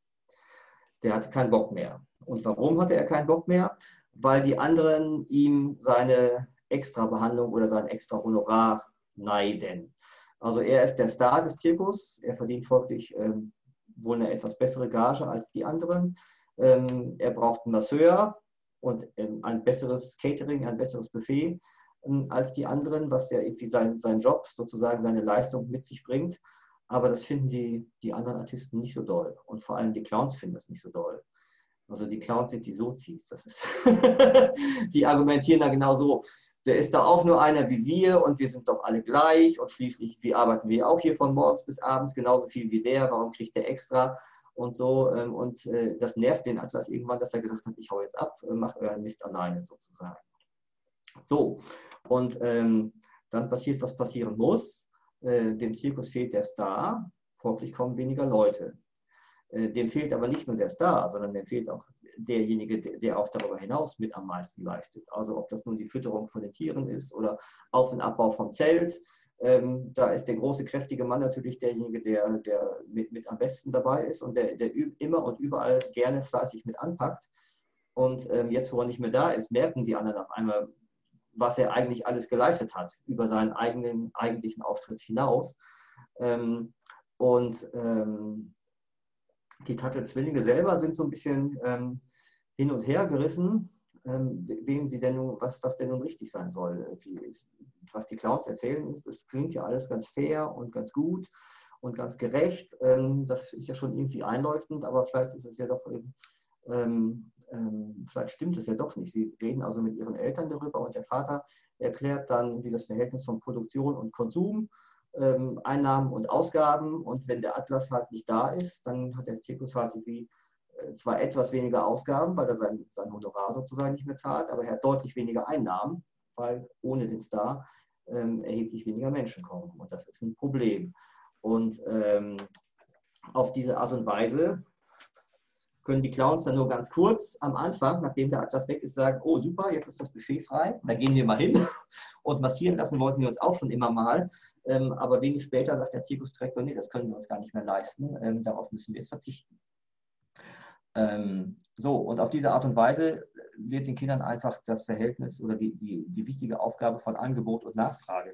Der hatte keinen Bock mehr. Und warum hatte er keinen Bock mehr? Weil die anderen ihm seine Extrabehandlung oder sein extra Honorar neiden. Also er ist der Star des Zirkus, er verdient folglich wohl eine etwas bessere Gage als die anderen. Er braucht einen Masseur und ein besseres Catering, ein besseres Buffet als die anderen, was ja irgendwie sein Job, sozusagen seine Leistung mit sich bringt. Aber das finden die anderen Artisten nicht so doll. Und vor allem die Clowns finden das nicht so doll. Also die Clowns sind die Sozis. Das ist die argumentieren da genau so. Der ist da auch nur einer wie wir und wir sind doch alle gleich und schließlich, wie arbeiten wir auch hier von morgens bis abends genauso viel wie der, warum kriegt der extra und so. Und das nervt den Atlas irgendwann, dass er gesagt hat, ich hau jetzt ab, macht euren Mist alleine sozusagen. So, und dann passiert, was passieren muss. Dem Zirkus fehlt der Star, folglich kommen weniger Leute. Dem fehlt aber nicht nur der Star, sondern dem fehlt auch derjenige, der auch darüber hinaus mit am meisten leistet. Also ob das nun die Fütterung von den Tieren ist oder Auf- und Abbau vom Zelt. Da ist der große, kräftige Mann natürlich derjenige, der mit am besten dabei ist und der immer und überall gerne fleißig mit anpackt. Und jetzt, wo er nicht mehr da ist, merken die anderen auf einmal, was er eigentlich alles geleistet hat, über seinen eigentlichen Auftritt hinaus. Die Tuttle-Zwillinge selber sind so ein bisschen hin und her gerissen, wem sie denn nun, was denn nun richtig sein soll. Was die Clowns erzählen, das klingt ja alles ganz fair und ganz gut und ganz gerecht. Das ist ja schon irgendwie einleuchtend, aber vielleicht ist es ja doch vielleicht stimmt es ja doch nicht. Sie reden also mit ihren Eltern darüber und der Vater erklärt dann, wie das Verhältnis von Produktion und Konsum, Einnahmen und Ausgaben, und wenn der Atlas halt nicht da ist, dann hat der Zirkus halt zwar etwas weniger Ausgaben, weil er sein Honorar sozusagen nicht mehr zahlt, aber er hat deutlich weniger Einnahmen, weil ohne den Star erheblich weniger Menschen kommen, und das ist ein Problem. Und auf diese Art und Weise können die Clowns dann nur ganz kurz am Anfang, nachdem der Atlas weg ist, sagen: Oh super, jetzt ist das Buffet frei, da gehen wir mal hin. Und massieren lassen wollten wir uns auch schon immer mal. Aber wenig später sagt der Zirkusdirektor: Nee, das können wir uns gar nicht mehr leisten, darauf müssen wir jetzt verzichten. So, und auf diese Art und Weise wird den Kindern einfach das Verhältnis oder die wichtige Aufgabe von Angebot und Nachfrage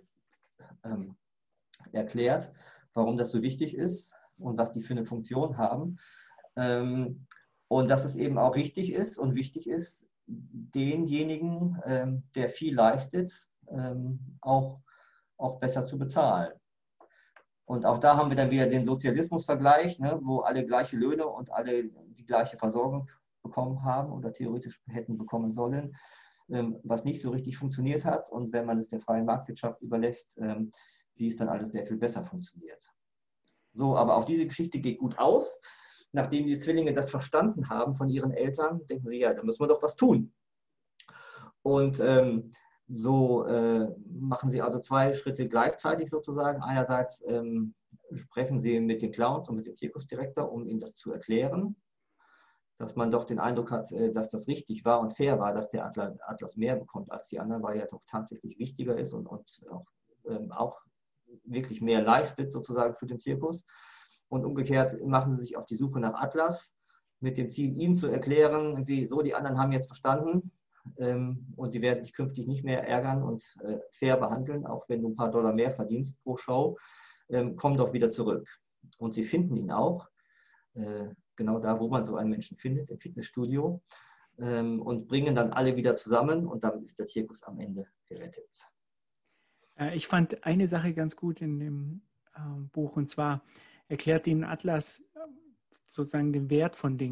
erklärt, warum das so wichtig ist und was die für eine Funktion haben. Und dass es eben auch richtig ist und wichtig ist, denjenigen, der viel leistet, auch besser zu bezahlen. Und auch da haben wir dann wieder den Sozialismusvergleich, ne, wo alle gleiche Löhne und alle die gleiche Versorgung bekommen haben oder theoretisch hätten bekommen sollen, was nicht so richtig funktioniert hat. Und wenn man es der freien Marktwirtschaft überlässt, wie es dann alles sehr viel besser funktioniert. So, aber auch diese Geschichte geht gut aus. Nachdem die Zwillinge das verstanden haben von ihren Eltern, denken sie, ja, da müssen wir doch was tun. Und so machen sie also zwei Schritte gleichzeitig sozusagen. Einerseits sprechen sie mit den Clowns und mit dem Zirkusdirektor, um ihnen das zu erklären, dass man doch den Eindruck hat, dass das richtig war und fair war, dass der Atlas mehr bekommt als die anderen, weil er doch tatsächlich wichtiger ist und auch wirklich mehr leistet sozusagen für den Zirkus. Und umgekehrt machen sie sich auf die Suche nach Atlas mit dem Ziel, ihm zu erklären, wie so, die anderen haben jetzt verstanden und die werden dich künftig nicht mehr ärgern und fair behandeln, auch wenn du ein paar Dollar mehr verdienst pro Show, komm doch wieder zurück. Und sie finden ihn auch, genau da, wo man so einen Menschen findet, im Fitnessstudio, und bringen dann alle wieder zusammen, und damit ist der Zirkus am Ende gerettet. Ich fand eine Sache ganz gut in dem Buch, und zwar erklärt ihnen Atlas sozusagen den Wert von Dingen.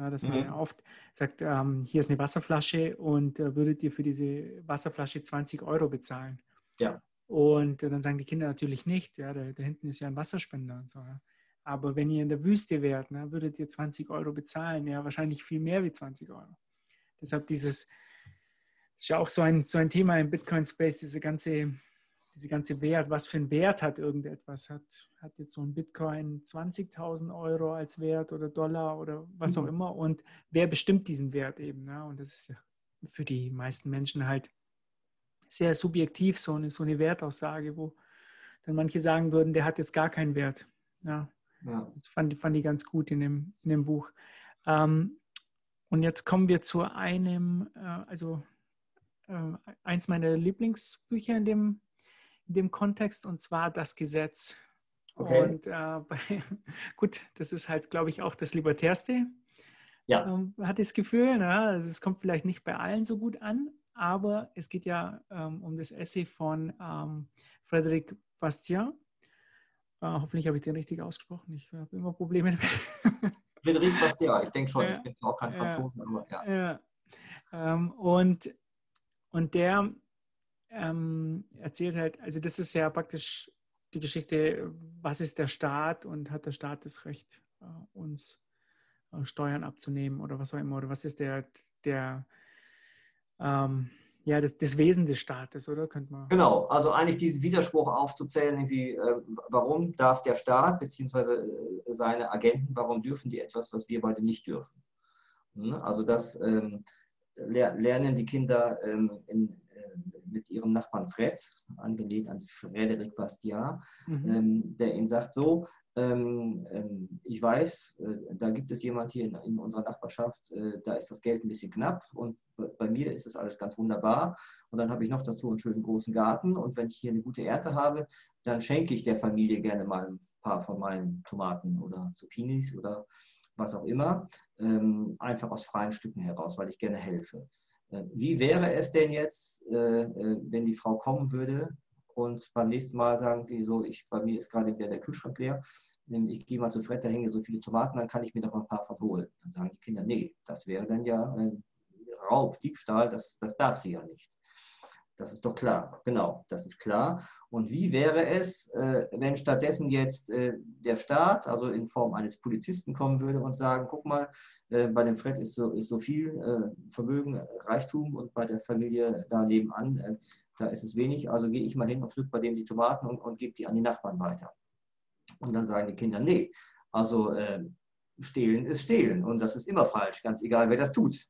Ja, dass man ja oft sagt, hier ist eine Wasserflasche und würdet ihr für diese Wasserflasche 20 Euro bezahlen? Ja. Und dann sagen die Kinder natürlich nicht, ja, da hinten ist ja ein Wasserspender und so. Ja. Aber wenn ihr in der Wüste wärt, ne, würdet ihr 20 Euro bezahlen, ja, wahrscheinlich viel mehr wie 20 Euro. Deshalb das ist ja auch so ein Thema im Bitcoin-Space, diese ganze Wert, was für einen Wert hat irgendetwas? Hat jetzt so ein Bitcoin 20.000 Euro als Wert oder Dollar oder was auch immer? Und wer bestimmt diesen Wert eben? Ne? Und das ist ja für die meisten Menschen halt sehr subjektiv, so eine Wertaussage, wo dann manche sagen würden, der hat jetzt gar keinen Wert. Ja, das fand ich ganz gut in dem Buch. Und jetzt kommen wir zu einem, eins meiner Lieblingsbücher in dem Kontext, und zwar Das Gesetz. Okay. Und gut, das ist halt, glaube ich, auch das Libertärste. Ja. Hatte ich das Gefühl. Na, also es kommt vielleicht nicht bei allen so gut an, aber es geht ja um das Essay von Frédéric Bastiat. Hoffentlich habe ich den richtig ausgesprochen. Ich habe immer Probleme damit. Frédéric Bastiat, ich denke schon. Ich bin auch kein Franzose, aber ja. Und der erzählt halt, also das ist ja praktisch die Geschichte, was ist der Staat und hat der Staat das Recht, uns Steuern abzunehmen oder was auch immer, oder was ist das Wesen des Staates, oder? Könnte man. Genau, also eigentlich diesen Widerspruch aufzuzählen, irgendwie, warum darf der Staat bzw. seine Agenten, warum dürfen die etwas, was wir beide nicht dürfen? Also das lernen die Kinder mit ihrem Nachbarn Fred, angelehnt an Frédéric Bastiat, der ihnen sagt so, ich weiß, da gibt es jemand hier in unserer Nachbarschaft, da ist das Geld ein bisschen knapp und bei mir ist es alles ganz wunderbar und dann habe ich noch dazu einen schönen großen Garten und wenn ich hier eine gute Ernte habe, dann schenke ich der Familie gerne mal ein paar von meinen Tomaten oder Zucchinis oder was auch immer, einfach aus freien Stücken heraus, weil ich gerne helfe. Wie wäre es denn jetzt, wenn die Frau kommen würde und beim nächsten Mal sagen, wieso, bei mir ist gerade wieder der Kühlschrank leer, ich gehe mal zu Fred, da hängen so viele Tomaten, dann kann ich mir doch mal ein paar von holen. Dann sagen die Kinder, nee, das wäre dann ja Raub, Diebstahl, das darf sie ja nicht. Das ist doch klar, genau, das ist klar. Und wie wäre es, wenn stattdessen jetzt der Staat, also in Form eines Polizisten kommen würde und sagen, guck mal, bei dem Fred ist so viel Vermögen, Reichtum und bei der Familie da nebenan, da ist es wenig, also gehe ich mal hin und pflück bei dem die Tomaten und gebe die an die Nachbarn weiter. Und dann sagen die Kinder, nee, also stehlen ist stehlen und das ist immer falsch, ganz egal, wer das tut.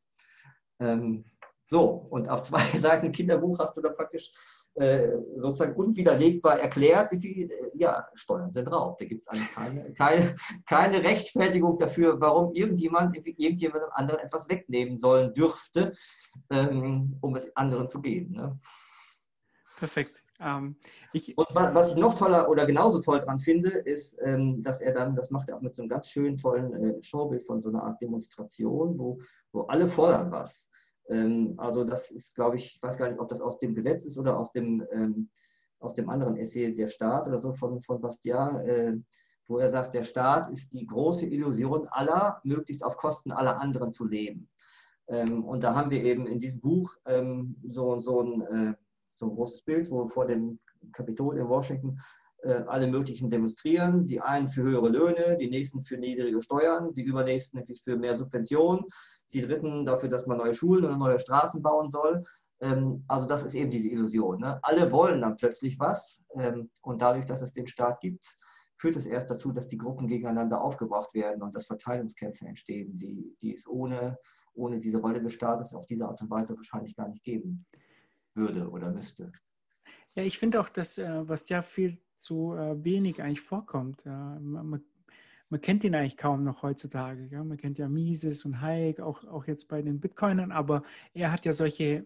So, und auf 2 Seiten Kinderbuch hast du dann praktisch sozusagen unwiderlegbar erklärt, ja, Steuern sind Raub. Da gibt es eigentlich keine Rechtfertigung dafür, warum irgendjemandem anderen etwas wegnehmen sollen dürfte, um es anderen zu geben. Ne? Perfekt. Und was ich noch toller oder genauso toll dran finde, ist, dass er dann, das macht er auch mit so einem ganz schönen, tollen Showbild von so einer Art Demonstration, wo alle fordern was. Also das ist, glaube ich weiß gar nicht, ob das aus dem Gesetz ist oder aus dem anderen Essay Der Staat oder so von Bastiat, wo er sagt, der Staat ist die große Illusion aller, möglichst auf Kosten aller anderen zu leben. Und da haben wir eben in diesem Buch so ein großes Bild, wo vor dem Kapitol in Washington alle möglichen demonstrieren, die einen für höhere Löhne, die nächsten für niedrige Steuern, die übernächsten für mehr Subventionen, die dritten dafür, dass man neue Schulen oder neue Straßen bauen soll. Also das ist eben diese Illusion. Ne? Alle wollen dann plötzlich was und dadurch, dass es den Staat gibt, führt es erst dazu, dass die Gruppen gegeneinander aufgebracht werden und dass Verteilungskämpfe entstehen, die es ohne diese Rolle des Staates auf diese Art und Weise wahrscheinlich gar nicht geben würde oder müsste. Ja, ich finde auch, dass Bastiat viel zu wenig eigentlich vorkommt. Man kennt ihn eigentlich kaum noch heutzutage. Ja? Man kennt ja Mises und Hayek, auch jetzt bei den Bitcoinern, aber er hat ja solche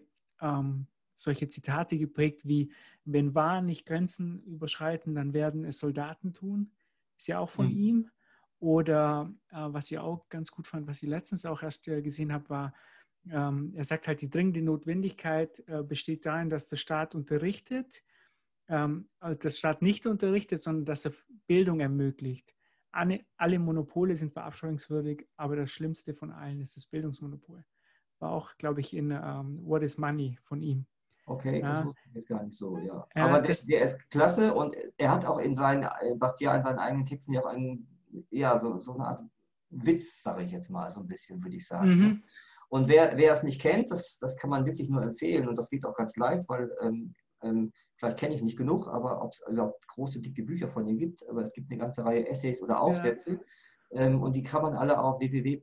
Zitate geprägt wie, wenn Waren nicht Grenzen überschreiten, dann werden es Soldaten tun. Ist ja auch von ihm. Oder was ich auch ganz gut fand, was ich letztens auch erst gesehen habe, war, er sagt halt, die dringende Notwendigkeit besteht darin, dass der Staat unterrichtet, das Staat nicht unterrichtet, sondern dass er Bildung ermöglicht. alle Monopole sind verabscheuungswürdig, aber das Schlimmste von allen ist das Bildungsmonopol. War auch, glaube ich, in What is Money von ihm. Okay, das Ja, wusste ich jetzt gar nicht so, ja. ja, Aber der ist klasse und er hat auch in seinen, Bastiat in seinen eigenen Texten ja auch so eine Art Witz, sage ich jetzt mal, so ein bisschen, würde ich sagen. Ne? Und wer es nicht kennt, das kann man wirklich nur empfehlen und das geht auch ganz leicht, weil vielleicht kenne ich nicht genug, aber ob es überhaupt große, dicke Bücher von ihm gibt, aber es gibt eine ganze Reihe Essays oder Aufsätze und die kann man alle auf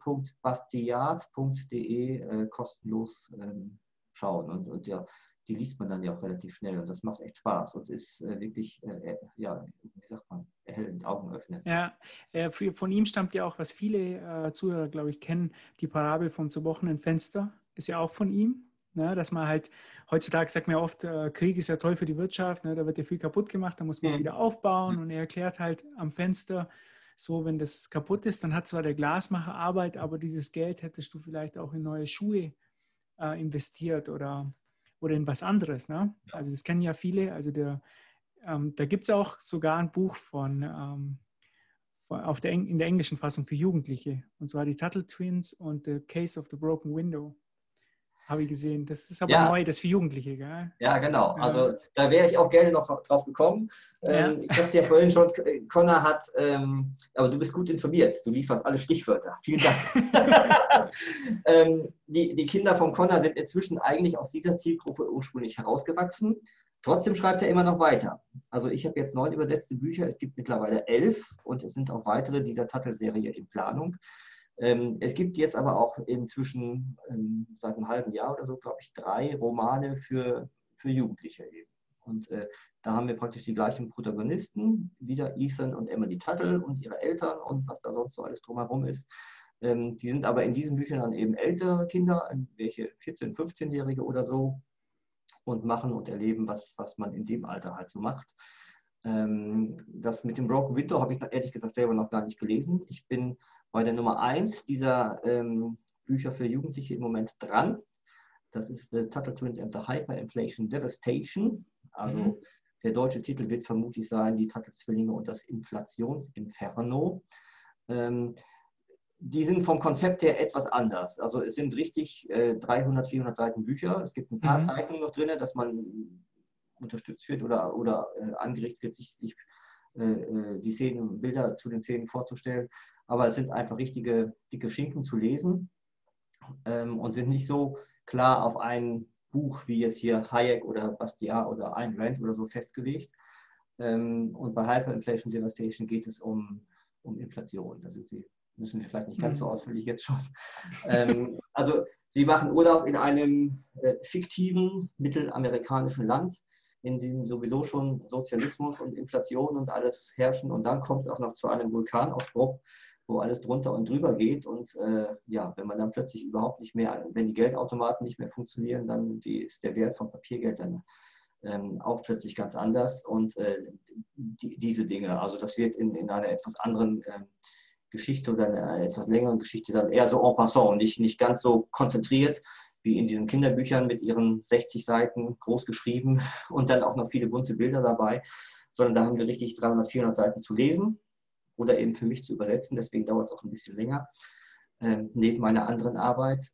www.bastiat.de kostenlos schauen und ja, die liest man dann ja auch relativ schnell und das macht echt Spaß und ist wirklich, wie sagt man, erhellend, augenöffnend. Ja, von ihm stammt ja auch, was viele Zuhörer, glaube ich, kennen, die Parabel vom zerbrochenen Fenster, ist ja auch von ihm. Ne, dass man halt, heutzutage sagt man ja oft, Krieg ist ja toll für die Wirtschaft, ne, da wird ja viel kaputt gemacht, da muss man es wieder aufbauen und er erklärt halt am Fenster, so wenn das kaputt ist, dann hat zwar der Glasmacher Arbeit, aber dieses Geld hättest du vielleicht auch in neue Schuhe investiert oder in was anderes. Ne? Also das kennen ja viele, also da gibt es auch sogar ein Buch in der englischen Fassung für Jugendliche, und zwar die Tuttle Twins und The Case of the Broken Window. Habe ich gesehen. Das ist aber neu, das für Jugendliche, gell? Ja, genau. Also da wäre ich auch gerne noch drauf gekommen. Ich dachte ja vorhin schon, Connor hat, aber du bist gut informiert. Du lieferst alle Stichwörter. Vielen Dank. Die Kinder von Connor sind inzwischen eigentlich aus dieser Zielgruppe ursprünglich herausgewachsen. Trotzdem schreibt er immer noch weiter. Also ich habe jetzt 9 übersetzte Bücher. Es gibt mittlerweile 11 und es sind auch weitere dieser Tuttle-Serie in Planung. Es gibt jetzt aber auch inzwischen seit einem halben Jahr oder so, glaube ich, 3 Romane für Jugendliche eben. Und da haben wir praktisch die gleichen Protagonisten, wieder Ethan und Emily Tuttle und ihre Eltern und was da sonst so alles drumherum ist. Die sind aber in diesen Büchern dann eben ältere Kinder, welche 14-, 15-Jährige oder so, und machen und erleben, was man in dem Alter halt so macht. Das mit dem Broken Window habe ich ehrlich gesagt selber noch gar nicht gelesen. Ich bin bei der Nummer 1 dieser Bücher für Jugendliche im Moment dran. Das ist The Tuttle Twins and the Hyperinflation Devastation. Also der deutsche Titel wird vermutlich sein, die Tuttle-Zwillinge und das Inflationsinferno. Die sind vom Konzept her etwas anders. Also es sind richtig 300, 400 Seiten Bücher. Es gibt ein paar Zeichnungen noch drin, dass man unterstützt wird oder angeregt wird, sich die Bilder zu den Szenen vorzustellen. Aber es sind einfach richtige dicke Schinken zu lesen und sind nicht so klar auf ein Buch wie jetzt hier Hayek oder Bastiat oder Ayn Rand oder so festgelegt. Und bei Hyperinflation Devastation geht es um Inflation. Da müssen wir vielleicht nicht ganz so ausführlich jetzt schon. Also sie machen Urlaub in einem fiktiven mittelamerikanischen Land, in dem sowieso schon Sozialismus und Inflation und alles herrschen. Und dann kommt es auch noch zu einem Vulkanausbruch, wo alles drunter und drüber geht. Und wenn man dann plötzlich überhaupt nicht mehr, wenn die Geldautomaten nicht mehr funktionieren, dann ist der Wert von Papiergeld dann auch plötzlich ganz anders. Und diese Dinge, also das wird in einer etwas anderen Geschichte oder einer etwas längeren Geschichte dann eher so en passant und nicht ganz so konzentriert wie in diesen Kinderbüchern mit ihren 60 Seiten groß geschrieben und dann auch noch viele bunte Bilder dabei, sondern da haben wir richtig 300, 400 Seiten zu lesen oder eben für mich zu übersetzen. Deswegen dauert es auch ein bisschen länger, neben meiner anderen Arbeit.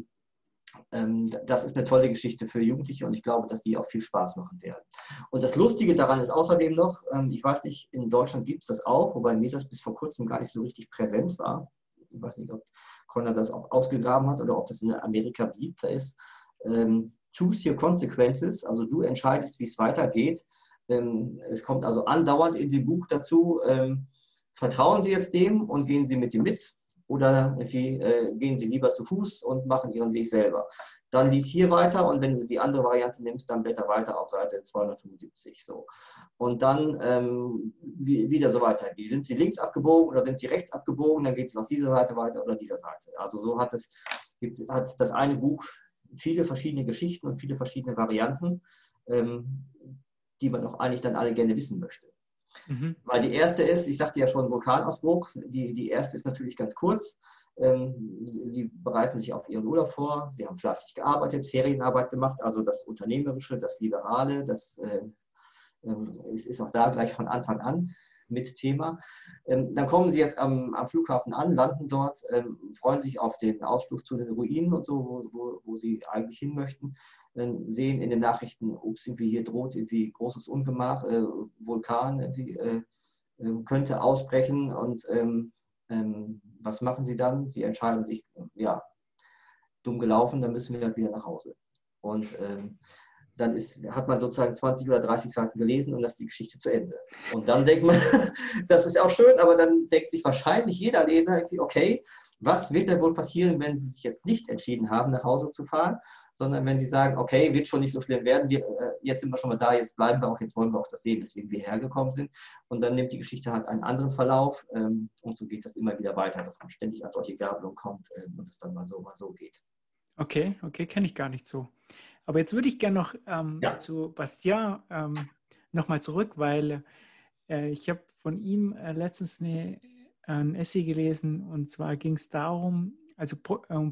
Das ist eine tolle Geschichte für Jugendliche und ich glaube, dass die auch viel Spaß machen werden. Und das Lustige daran ist außerdem noch, ich weiß nicht, in Deutschland gibt es das auch, wobei mir das bis vor kurzem gar nicht so richtig präsent war. Ich weiß nicht, ob Connor das auch ausgegraben hat oder ob das in Amerika beliebter ist. Choose your consequences, also du entscheidest, wie es weitergeht. Es kommt also andauernd in dem Buch dazu, vertrauen Sie jetzt dem und gehen Sie mit ihm mit oder gehen Sie lieber zu Fuß und machen Ihren Weg selber. Dann lies hier weiter und wenn du die andere Variante nimmst, dann blätter weiter auf Seite 275. So. Und dann wieder so weiter. Sind Sie links abgebogen oder sind Sie rechts abgebogen, dann geht es auf dieser Seite weiter oder dieser Seite. Also so hat das eine Buch viele verschiedene Geschichten und viele verschiedene Varianten, die man doch eigentlich dann alle gerne wissen möchte. Weil die erste ist, ich sagte ja schon, Vulkanausbruch, die erste ist natürlich ganz kurz. Sie bereiten sich auf ihren Urlaub vor, sie haben fleißig gearbeitet, Ferienarbeit gemacht, also das Unternehmerische, das Liberale, das ist auch da gleich von Anfang an. mit Thema. Dann kommen sie jetzt am Flughafen an, landen dort, freuen sich auf den Ausflug zu den Ruinen und so, wo sie eigentlich hin möchten, sehen in den Nachrichten, ups, irgendwie hier droht irgendwie großes Ungemach, Vulkan irgendwie, könnte ausbrechen und was machen sie dann? Sie entscheiden sich, ja, dumm gelaufen, dann müssen wir halt wieder nach Hause. Und dann hat man sozusagen 20 oder 30 Seiten gelesen und das ist die Geschichte zu Ende. Und dann denkt man, das ist auch schön, aber dann denkt sich wahrscheinlich jeder Leser irgendwie, okay, was wird denn wohl passieren, wenn sie sich jetzt nicht entschieden haben, nach Hause zu fahren, sondern wenn sie sagen, okay, wird schon nicht so schlimm werden, jetzt sind wir schon mal da, jetzt bleiben wir auch, jetzt wollen wir auch das sehen, weswegen wir hergekommen sind. Und dann nimmt die Geschichte halt einen anderen Verlauf und so geht das immer wieder weiter, dass man ständig an solche Gabelungen kommt und es dann mal so geht. Okay, kenne ich gar nicht so. Aber jetzt würde ich gerne noch zu Bastiat nochmal zurück, weil ich habe von ihm letztens ein Essay gelesen und zwar ging es darum, also um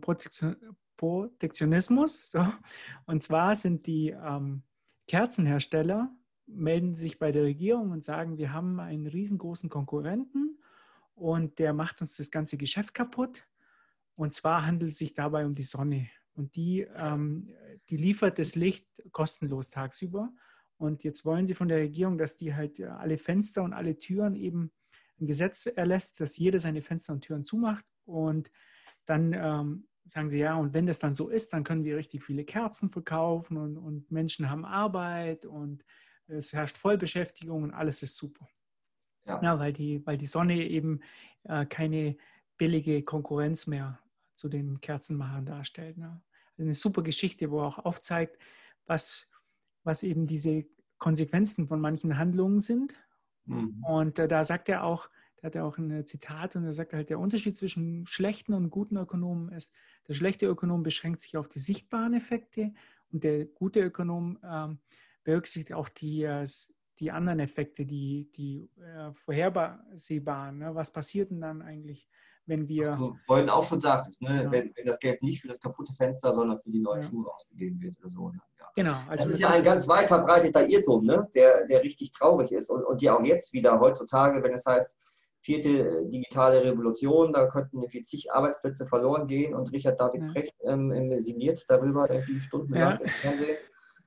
Protektionismus. So. Und zwar sind die Kerzenhersteller, melden sich bei der Regierung und sagen, wir haben einen riesengroßen Konkurrenten und der macht uns das ganze Geschäft kaputt. Und zwar handelt es sich dabei um die Sonne. Und die liefert das Licht kostenlos tagsüber. Und jetzt wollen sie von der Regierung, dass die halt alle Fenster und alle Türen eben ein Gesetz erlässt, dass jeder seine Fenster und Türen zumacht. Und dann sagen sie, ja, und wenn das dann so ist, dann können wir richtig viele Kerzen verkaufen und Menschen haben Arbeit und es herrscht Vollbeschäftigung und alles ist super. Ja, weil die Sonne eben keine billige Konkurrenz mehr zu den Kerzenmachern darstellt. Ne? Also eine super Geschichte, wo er auch aufzeigt, was eben diese Konsequenzen von manchen Handlungen sind. Mhm. Und da sagt er auch, da hat er auch ein Zitat und er sagt halt, der Unterschied zwischen schlechten und guten Ökonomen ist, der schlechte Ökonom beschränkt sich auf die sichtbaren Effekte und der gute Ökonom berücksichtigt auch die anderen Effekte, die vorhersehbaren. Ne? Was passiert denn dann eigentlich, wenn wir... Was du vorhin auch schon sagtest, ne? Ja. Wenn das Geld nicht für das kaputte Fenster, sondern für die neuen Schuhe ausgegeben wird oder so. Ja. Genau. Also das ist ja ein ganz weit verbreiteter Irrtum, ne? der richtig traurig ist und ja auch jetzt wieder heutzutage, wenn es heißt, 4. digitale Revolution, da könnten irgendwie zig Arbeitsplätze verloren gehen und Richard David Precht sinniert darüber irgendwie stundenlang im Fernsehen.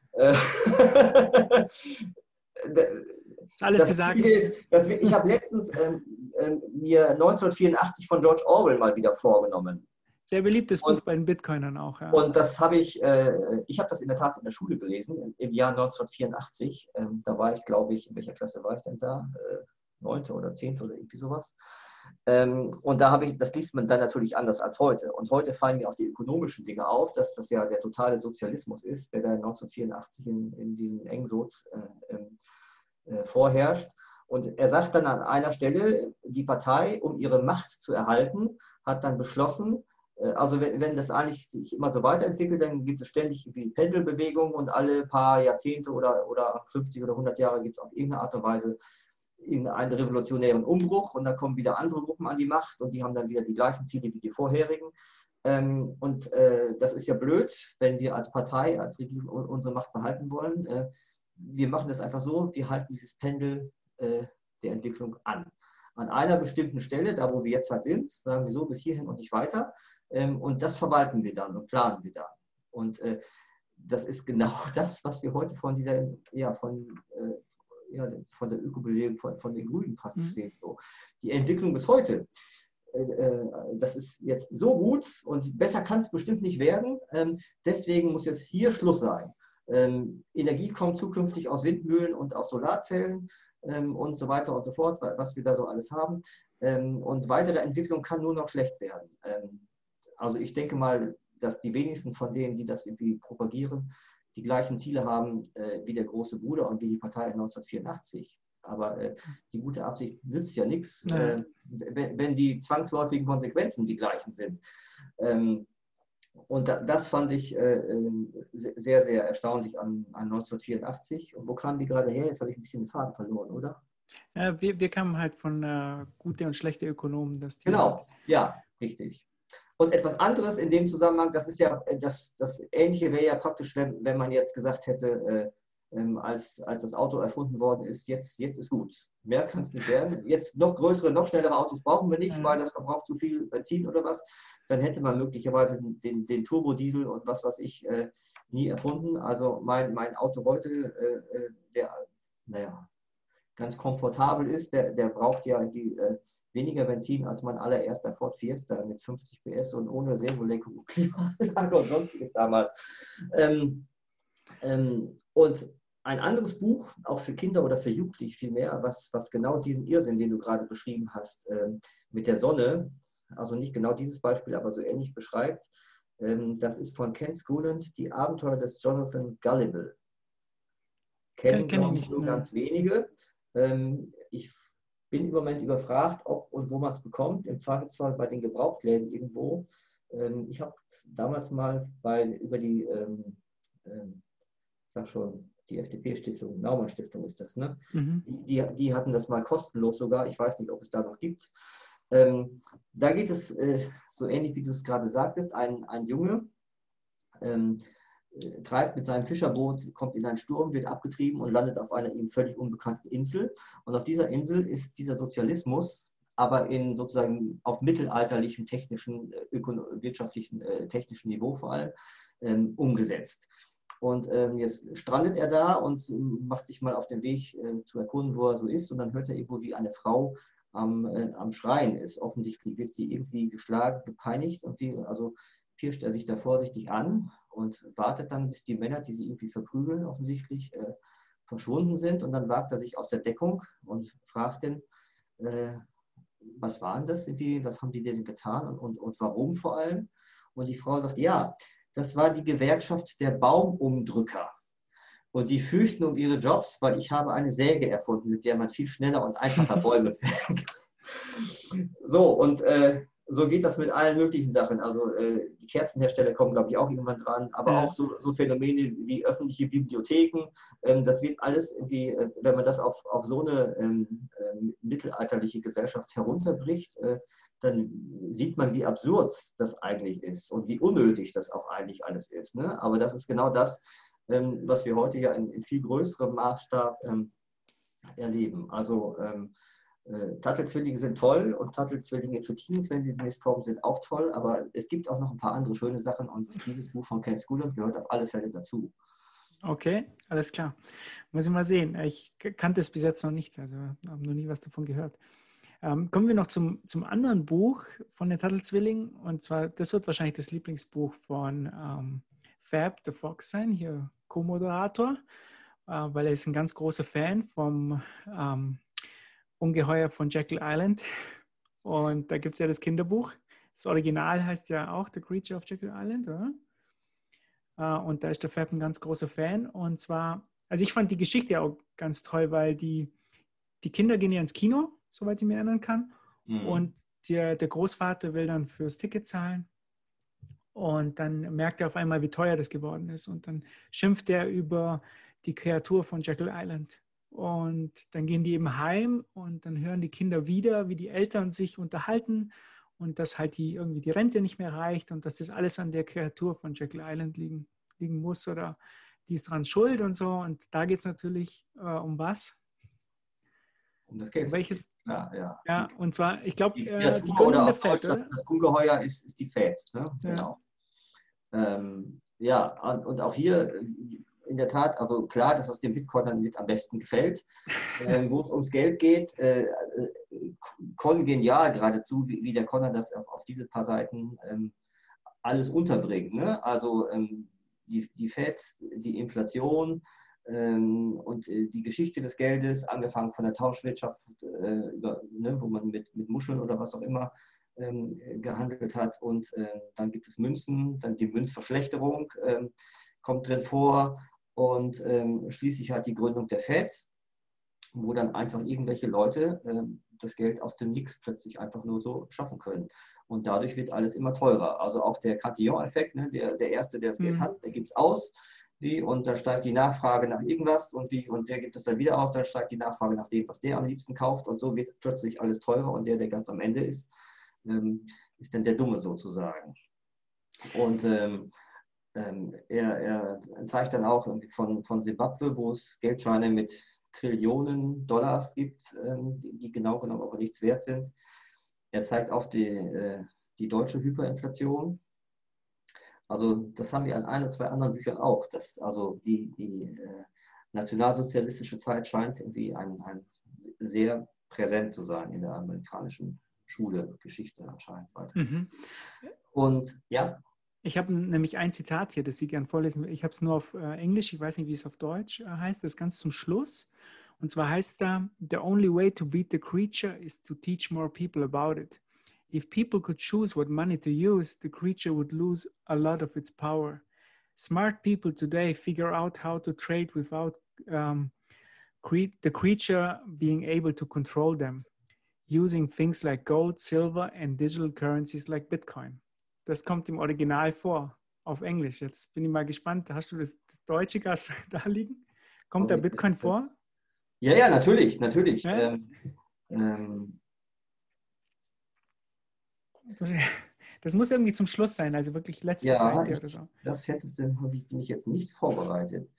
Ist alles gesagt. Ich habe letztens mir 1984 von George Orwell mal wieder vorgenommen. Sehr beliebtes Buch bei den Bitcoinern auch. Ja. Und das habe ich habe das in der Tat in der Schule gelesen, im Jahr 1984. Da war ich, glaube ich, in welcher Klasse war ich denn da? 9. oder 10. oder irgendwie sowas. Und das liest man dann natürlich anders als heute. Und heute fallen mir auch die ökonomischen Dinge auf, dass das ja der totale Sozialismus ist, der da 1984 in diesem Engsoz vorherrscht. Und er sagt dann an einer Stelle, die Partei, um ihre Macht zu erhalten, hat dann beschlossen, also wenn das eigentlich sich immer so weiterentwickelt, dann gibt es ständig irgendwie Pendelbewegungen und alle paar Jahrzehnte oder 50 oder 100 Jahre gibt es auf irgendeine Art und Weise einen revolutionären Umbruch und dann kommen wieder andere Gruppen an die Macht und die haben dann wieder die gleichen Ziele wie die vorherigen. Und das ist ja blöd, wenn wir als Partei, als Regierung unsere Macht behalten wollen. Wir machen das einfach so, wir halten dieses Pendel der Entwicklung an. An einer bestimmten Stelle, da wo wir jetzt halt sind, sagen wir so, bis hierhin und nicht weiter. Und das verwalten wir dann und planen wir dann. Und das ist genau das, was wir heute von dieser, von der Ökobewegung, von den Grünen praktisch sehen. So. Die Entwicklung bis heute, das ist jetzt so gut und besser kann es bestimmt nicht werden. Deswegen muss jetzt hier Schluss sein. Energie kommt zukünftig aus Windmühlen und aus Solarzellen und so weiter und so fort, was wir da so alles haben. Und weitere Entwicklung kann nur noch schlecht werden. Also ich denke mal, dass die wenigsten von denen, die das irgendwie propagieren, die gleichen Ziele haben wie der große Bruder und wie die Partei 1984. Aber die gute Absicht nützt ja nichts, wenn die zwangsläufigen Konsequenzen die gleichen sind. Und das fand ich sehr, sehr erstaunlich an 1984. Und wo kamen die gerade her? Jetzt habe ich ein bisschen den Faden verloren, oder? Ja, wir kamen halt von gute und schlechte Ökonomen. Genau, ja, richtig. Und etwas anderes in dem Zusammenhang, das ist ja, das Ähnliche wäre ja praktisch, wenn man jetzt gesagt hätte, als das Auto erfunden worden ist, jetzt ist gut. Mehr kann es nicht werden. Jetzt noch größere, noch schnellere Autos brauchen wir nicht, weil das verbraucht zu viel Benzin oder was. Dann hätte man möglicherweise den Turbodiesel und was weiß ich nie erfunden. Also mein Auto heute, der ganz komfortabel ist, der braucht ja weniger Benzin als mein allererster Ford Fiesta mit 50 PS und ohne Servolenkung und Klimaanlage und sonstiges damals. Und ein anderes Buch, auch für Kinder oder für Jugendliche vielmehr, was genau diesen Irrsinn, den du gerade beschrieben hast, mit der Sonne, also nicht genau dieses Beispiel, aber so ähnlich beschreibt, das ist von Ken Schooland, Die Abenteuer des Jonathan Gullible. Kennen, glaube ich, nur ganz wenige. Ich bin im Moment überfragt, ob und wo man es bekommt. Im Zweifelsfall bei den Gebrauchtläden irgendwo. Ich habe damals mal über die, ich sag schon, die FDP-Stiftung, Naumann-Stiftung ist das, ne? Mhm. Die hatten das mal kostenlos sogar. Ich weiß nicht, ob es da noch gibt. Da geht es, so ähnlich wie du es gerade sagtest, ein Junge treibt mit seinem Fischerboot, kommt in einen Sturm, wird abgetrieben und landet auf einer ihm völlig unbekannten Insel. Und auf dieser Insel ist dieser Sozialismus, aber in sozusagen auf mittelalterlichem, technischen, wirtschaftlichen, technischen Niveau vor allem, umgesetzt. Und jetzt strandet er da und macht sich mal auf den Weg zu erkunden, wo er so ist. Und dann hört er irgendwo, wie eine Frau am Schreien ist. Offensichtlich wird sie irgendwie geschlagen, gepeinigt und also pirscht er sich da vorsichtig an und wartet dann, bis die Männer, die sie irgendwie verprügeln, offensichtlich verschwunden sind. Und dann wagt er sich aus der Deckung und fragt den, was waren das? Was haben die denn getan und warum vor allem? Und die Frau sagt, ja, das war die Gewerkschaft der Baumumdrücker. Und die fürchten um ihre Jobs, weil ich habe eine Säge erfunden, mit der man viel schneller und einfacher Bäume fällt. So, und so geht das mit allen möglichen Sachen. Also die Kerzenhersteller kommen, glaube ich, auch irgendwann dran, aber auch so Phänomene wie öffentliche Bibliotheken. Das wird alles irgendwie, wenn man das auf so eine mittelalterliche Gesellschaft herunterbricht, dann sieht man, wie absurd das eigentlich ist und wie unnötig das auch eigentlich alles ist. Ne? Aber das ist genau das, was wir heute ja in viel größerem Maßstab erleben. Also Tattelzwillinge sind toll und Tattelzwillinge für Teens, wenn sie demnächst kommen, sind auch toll, aber es gibt auch noch ein paar andere schöne Sachen und dieses Buch von Ken Schooland gehört auf alle Fälle dazu. Okay, alles klar. Muss ich mal sehen. Ich kannte es bis jetzt noch nicht, also habe noch nie was davon gehört. Kommen wir noch zum anderen Buch von den Tattelzwillingen, und zwar, das wird wahrscheinlich das Lieblingsbuch von Fab the Fox sein, hier Co-Moderator, weil er ist ein ganz großer Fan vom Ungeheuer von Jekyll Island. Und da gibt es ja das Kinderbuch. Das Original heißt ja auch The Creature of Jekyll Island, oder? Und da ist der Fab ein ganz großer Fan. Und zwar, also ich fand die Geschichte auch ganz toll, weil die Kinder gehen ja ins Kino, soweit ich mich erinnern kann. Mhm. Und der Großvater will dann fürs Ticket zahlen. Und dann merkt er auf einmal, wie teuer das geworden ist. Und dann schimpft er über die Kreatur von Jekyll Island. Und dann gehen die eben heim und dann hören die Kinder wieder, wie die Eltern sich unterhalten und dass halt irgendwie die Rente nicht mehr reicht und dass das alles an der Kreatur von Jekyll Island liegen muss oder die ist dran schuld und so. Und da geht es natürlich um was? Um das Geld. Welches? Ja. Und zwar, ich glaube, die Gründung der Fed. Das Ungeheuer ist die Fed. Ne? Ja. Genau. Und auch hier in der Tat, also klar, dass das dem Bitcoinern mit am besten gefällt. Wo es ums Geld geht, kongenial geradezu, wie der Conner das auf diese paar Seiten alles unterbringt. Ne? Also die Fed, die Inflation und die Geschichte des Geldes, angefangen von der Tauschwirtschaft, wo man mit Muscheln oder was auch immer gehandelt hat. Und dann gibt es Münzen, dann die Münzverschlechterung kommt drin vor. Und schließlich halt die Gründung der Fed, wo dann einfach irgendwelche Leute das Geld aus dem Nix plötzlich einfach nur so schaffen können. Und dadurch wird alles immer teurer. Also auch der Cantillon-Effekt, ne, der Erste, der das Geld hat, der gibt es aus. Und dann steigt die Nachfrage nach irgendwas und der gibt es dann wieder aus, dann steigt die Nachfrage nach dem, was der am liebsten kauft. Und so wird plötzlich alles teurer und der ganz am Ende ist dann der Dumme sozusagen. Und er zeigt dann auch irgendwie von Simbabwe, wo es Geldscheine mit Trillionen Dollars gibt, die genau genommen aber nichts wert sind. Er zeigt auch die deutsche Hyperinflation. Also das haben wir an ein oder zwei anderen Büchern auch. Also die nationalsozialistische Zeit scheint irgendwie ein sehr präsent zu sein in der amerikanischen Schule, Geschichte anscheinend weiter. Mhm. Und ja. Ich habe nämlich ein Zitat hier, das ich gerne vorlesen will. Ich habe es nur auf Englisch, ich weiß nicht, wie es auf Deutsch heißt, das ist ganz zum Schluss. Und zwar heißt da, "The only way to beat the creature is to teach more people about it. If people could choose what money to use, the creature would lose a lot of its power. Smart people today figure out how to trade without the creature being able to control them, using things like gold, silver and digital currencies like Bitcoin." Das kommt im Original vor, auf Englisch. Jetzt bin ich mal gespannt. Hast du das Deutsche gerade da liegen? Kommt da Bitcoin vor? Ja, natürlich. Ja? Das muss irgendwie zum Schluss sein, also wirklich letzte Seite oder so. Das bin ich jetzt nicht vorbereitet.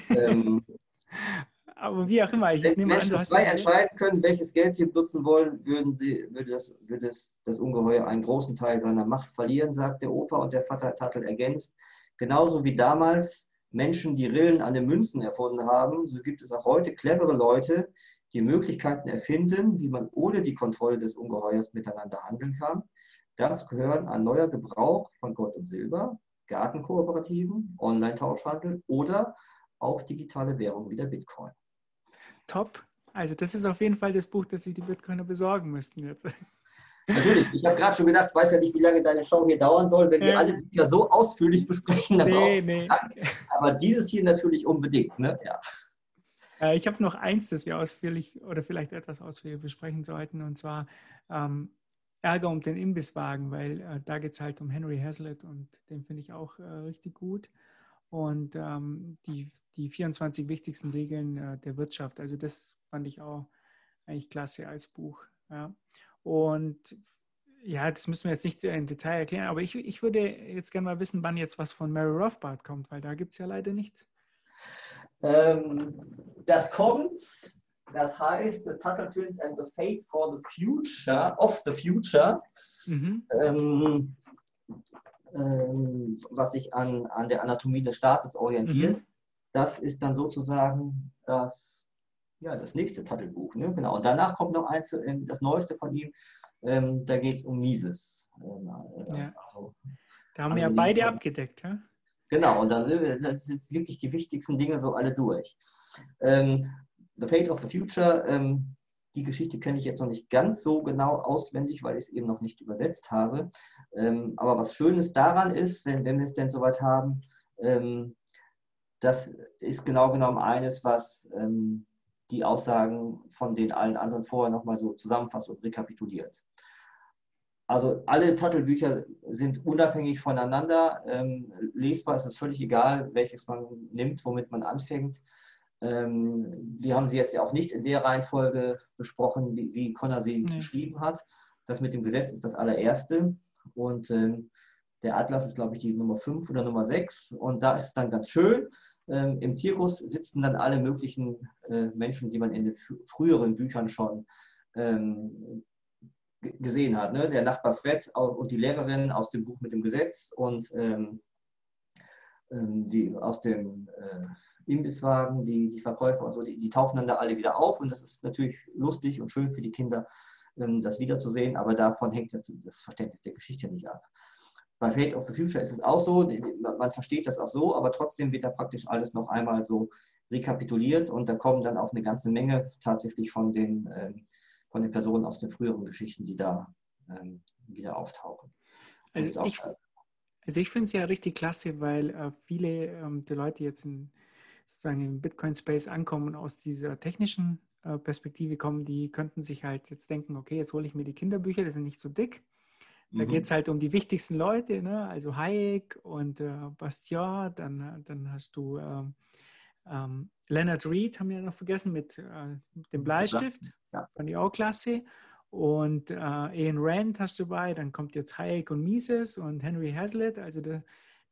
Aber wie auch immer, ich nehme an, Menschen du hast frei entscheiden können, welches Geld sie benutzen wollen, würde das Ungeheuer einen großen Teil seiner Macht verlieren, sagt der Opa, und der Vater Tuttle ergänzt. Genauso wie damals Menschen die Rillen an den Münzen erfunden haben, so gibt es auch heute clevere Leute, die Möglichkeiten erfinden, wie man ohne die Kontrolle des Ungeheuers miteinander handeln kann. Dazu gehören ein neuer Gebrauch von Gold und Silber, Gartenkooperativen, Online-Tauschhandel oder auch digitale Währung wie der Bitcoin. Top. Also das ist auf jeden Fall das Buch, das sich die Bitcoiner besorgen müssten jetzt. Natürlich, ich habe gerade schon gedacht, ich weiß ja nicht, wie lange deine Show hier dauern soll, wenn wir alle Bücher so ausführlich besprechen. Nee. Aber dieses hier natürlich unbedingt. Ne? Ja. Ich habe noch eins, das wir ausführlich oder vielleicht etwas ausführlich besprechen sollten, und zwar Ärger um den Imbisswagen, weil da geht es halt um Henry Hazlitt und den finde ich auch richtig gut. Und die 24 wichtigsten Regeln der Wirtschaft. Also das fand ich auch eigentlich klasse als Buch. Ja. Und ja, das müssen wir jetzt nicht im Detail erklären, aber ich würde jetzt gerne mal wissen, wann jetzt was von Mary Rothbard kommt, weil da gibt es ja leider nichts. Das kommt, das heißt The Tuttle Twins and the Fate for the Future, of the Future. Mhm. Was sich an der Anatomie des Staates orientiert. Mhm. Das ist dann sozusagen das nächste Tuttle-Buch. Ne? Genau. Und danach kommt noch eins, das neueste von ihm, da geht es um Mises. Also, da haben wir ja beide abgedeckt. Ja? Genau, und dann sind wirklich die wichtigsten Dinge so alle durch. The Fate of the Future, die Geschichte kenne ich jetzt noch nicht ganz so genau auswendig, weil ich es eben noch nicht übersetzt habe. Aber was Schönes daran ist, wenn wir es denn soweit haben, das ist genau genommen eines, was die Aussagen von den allen anderen vorher nochmal so zusammenfasst und rekapituliert. Also alle Tuttle-Bücher sind unabhängig voneinander. Lesbar ist es völlig egal, welches man nimmt, womit man anfängt. Wir haben sie jetzt ja auch nicht in der Reihenfolge besprochen, wie Connor sie geschrieben hat. Das mit dem Gesetz ist das allererste. Und der Atlas ist, glaube ich, die Nummer 5 oder Nummer 6. Und da ist es dann ganz schön. Im Zirkus sitzen dann alle möglichen Menschen, die man in den früheren Büchern schon gesehen hat. Ne? Der Nachbar Fred und die Lehrerin aus dem Buch mit dem Gesetz und die aus dem Imbisswagen, die Verkäufer und so, die tauchen dann da alle wieder auf, und das ist natürlich lustig und schön für die Kinder, das wiederzusehen, aber davon hängt das Verständnis der Geschichte nicht ab. Bei Fate of the Future ist es auch so, man versteht das auch so, aber trotzdem wird da praktisch alles noch einmal so rekapituliert, und da kommen dann auch eine ganze Menge tatsächlich von den Personen aus den früheren Geschichten, die da wieder auftauchen. Also ich finde es ja richtig klasse, weil viele der Leute jetzt sozusagen im Bitcoin-Space ankommen und aus dieser technischen Perspektive kommen, die könnten sich halt jetzt denken, okay, jetzt hole ich mir die Kinderbücher, die sind nicht so dick. Da geht es halt um die wichtigsten Leute, ne? Also Hayek und Bastiat, dann hast du Leonard Read, haben wir noch vergessen, mit dem Bleistift, fand ich auch klasse. Und Ayn Rand hast du dabei, dann kommt jetzt Hayek und Mises und Henry Hazlitt, also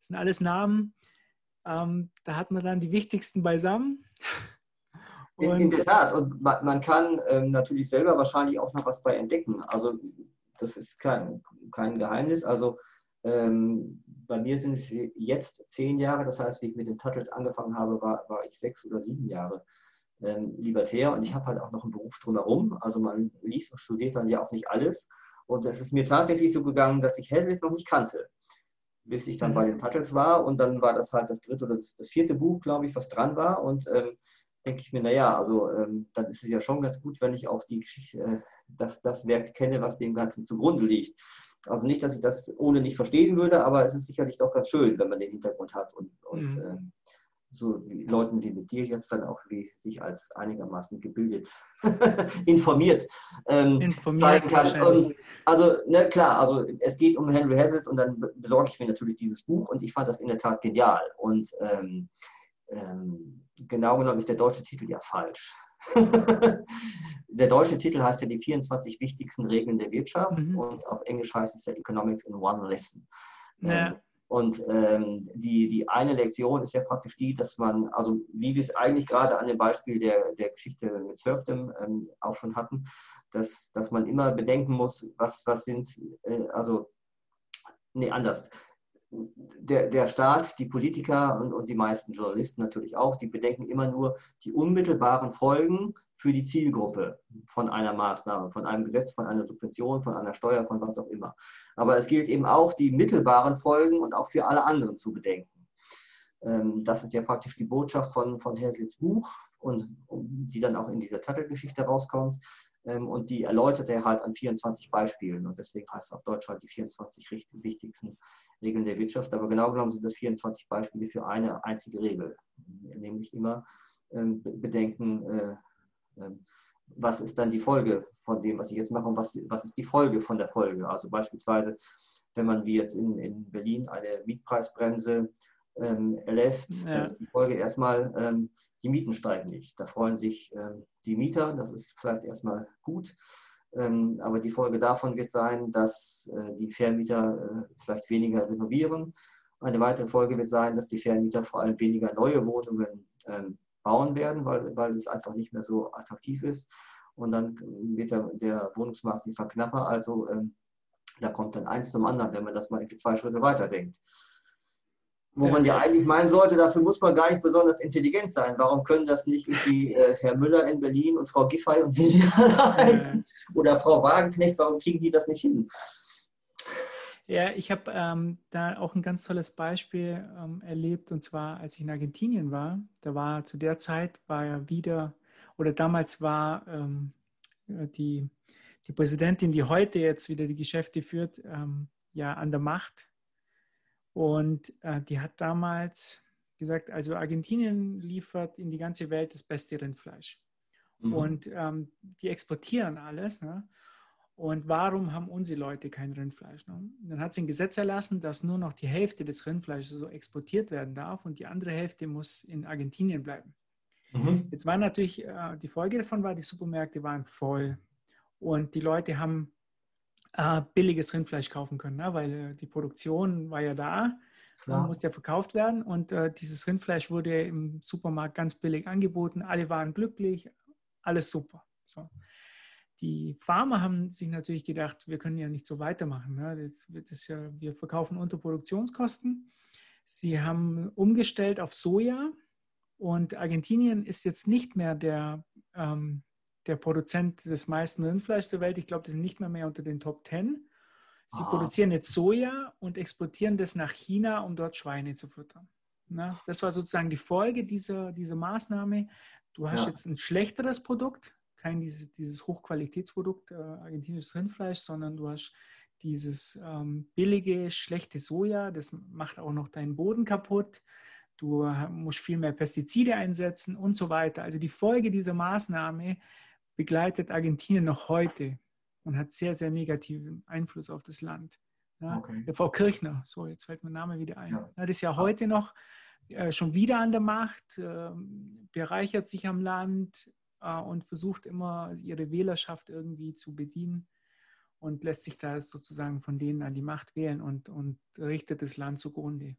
Das sind alles Namen, da hat man dann die wichtigsten beisammen. In der Tat. Und man kann natürlich selber wahrscheinlich auch noch was bei entdecken. Also das ist kein Geheimnis. Also bei mir sind es jetzt 10 Jahre. Das heißt, wie ich mit den Tuttles angefangen habe, war ich 6 oder 7 Jahre libertär. Und ich habe halt auch noch einen Beruf drumherum. Also man liest und studiert dann ja auch nicht alles. Und es ist mir tatsächlich so gegangen, dass ich Hazlitt noch nicht kannte, bis ich dann bei den Tuttles war. Und dann war das halt das 3. oder das 4. Buch, glaube ich, was dran war. Und denke ich mir, naja, also dann ist es ja schon ganz gut, wenn ich auch die Geschichte, das Werk kenne, was dem Ganzen zugrunde liegt. Also nicht, dass ich das ohne nicht verstehen würde, aber es ist sicherlich doch ganz schön, wenn man den Hintergrund hat und so wie Leuten wie mit dir jetzt dann auch wie sich als einigermaßen gebildet, informiert zeigen kann. Also ne, klar, also es geht um Henry Hazlitt und dann besorge ich mir natürlich dieses Buch und ich fand das in der Tat genial. Und genau genommen ist der deutsche Titel ja falsch. Der deutsche Titel heißt ja die 24 wichtigsten Regeln der Wirtschaft und auf Englisch heißt es ja Economics in One Lesson. Ja. Und die eine Lektion ist ja praktisch die, dass man, also wie wir es eigentlich gerade an dem Beispiel der Geschichte mit Serfdom auch schon hatten, dass man immer bedenken muss, was sind, anders. Der Staat, die Politiker und die meisten Journalisten natürlich auch, die bedenken immer nur die unmittelbaren Folgen für die Zielgruppe von einer Maßnahme, von einem Gesetz, von einer Subvention, von einer Steuer, von was auch immer. Aber es gilt eben auch, die mittelbaren Folgen und auch für alle anderen zu bedenken. Das ist ja praktisch die Botschaft von Hazlitts Buch und die dann auch in dieser Tuttle-Geschichte rauskommt. Und die erläutert er halt an 24 Beispielen. Und deswegen heißt es auf Deutsch halt die 24 wichtigsten Regeln der Wirtschaft. Aber genau genommen sind das 24 Beispiele für eine einzige Regel. Nämlich immer bedenken, was ist dann die Folge von dem, was ich jetzt mache und was ist die Folge von der Folge. Also beispielsweise, wenn man wie jetzt in Berlin eine Mietpreisbremse erlässt, dann ist die Folge erstmal, die Mieten steigen nicht. Da freuen sich die Mieter, das ist vielleicht erstmal gut, aber die Folge davon wird sein, dass die Vermieter vielleicht weniger renovieren. Eine weitere Folge wird sein, dass die Vermieter vor allem weniger neue Wohnungen bauen werden, weil es einfach nicht mehr so attraktiv ist. Und dann wird der Wohnungsmarkt verknapper, also da kommt dann eins zum anderen, wenn man das mal irgendwie 2 Schritte weiter denkt. Wo man ja eigentlich meinen sollte, dafür muss man gar nicht besonders intelligent sein. Warum können das nicht irgendwie Herr Müller in Berlin und Frau Giffey und wie die alle heißen? Oder Frau Wagenknecht, warum kriegen die das nicht hin? Ja, ich habe da auch ein ganz tolles Beispiel erlebt, und zwar, als ich in Argentinien war. Zu der Zeit war ja wieder, oder damals war die Präsidentin, die heute jetzt wieder die Geschäfte führt, ja an der Macht. Und die hat damals gesagt, also Argentinien liefert in die ganze Welt das beste Rindfleisch. Und die exportieren alles. Ne? Und warum haben unsere Leute kein Rindfleisch? Ne? Dann hat sie ein Gesetz erlassen, dass nur noch die Hälfte des Rindfleisches so exportiert werden darf und die andere Hälfte muss in Argentinien bleiben. Jetzt war natürlich, die Folge davon war, die Supermärkte waren voll und die Leute haben billiges Rindfleisch kaufen können, ne? Weil die Produktion war ja da, musste ja verkauft werden und dieses Rindfleisch wurde im Supermarkt ganz billig angeboten, alle waren glücklich, alles super. So. Die Farmer haben sich natürlich gedacht, wir können ja nicht so weitermachen. Ne? Wir verkaufen unter Produktionskosten. Sie haben umgestellt auf Soja und Argentinien ist jetzt nicht mehr der Produzent des meisten Rindfleischs der Welt. Ich glaube, die sind nicht mehr unter den Top 10. Sie produzieren jetzt Soja und exportieren das nach China, um dort Schweine zu füttern. Na, das war sozusagen die Folge dieser Maßnahme. Du hast jetzt ein schlechteres Produkt, kein dieses Hochqualitätsprodukt argentinisches Rindfleisch, sondern du hast dieses billige, schlechte Soja. Das macht auch noch deinen Boden kaputt. Du musst viel mehr Pestizide einsetzen und so weiter. Also die Folge dieser Maßnahme begleitet Argentinien noch heute und hat sehr, sehr negativen Einfluss auf das Land. Ja, Okay. der Frau Kirchner, so jetzt fällt mein Name wieder ein. Ja. Das ist ja heute noch schon wieder an der Macht, bereichert sich am Land und versucht immer, ihre Wählerschaft irgendwie zu bedienen und lässt sich da sozusagen von denen an die Macht wählen und richtet das Land zugrunde.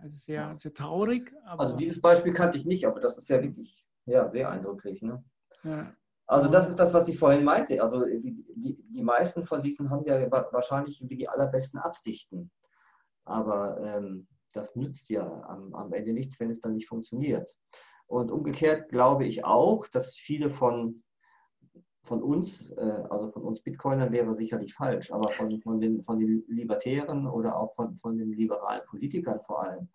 Also sehr, sehr traurig. Also dieses Beispiel kannte ich nicht, aber das ist ja wirklich sehr eindrücklich. Ne? Ja. Also das ist das, was ich vorhin meinte. Also die meisten von diesen haben ja wahrscheinlich die allerbesten Absichten. Aber das nützt ja am Ende nichts, wenn es dann nicht funktioniert. Und umgekehrt glaube ich auch, dass viele von uns, also von uns Bitcoinern wäre sicherlich falsch, aber von den Libertären oder auch von den liberalen Politikern vor allem,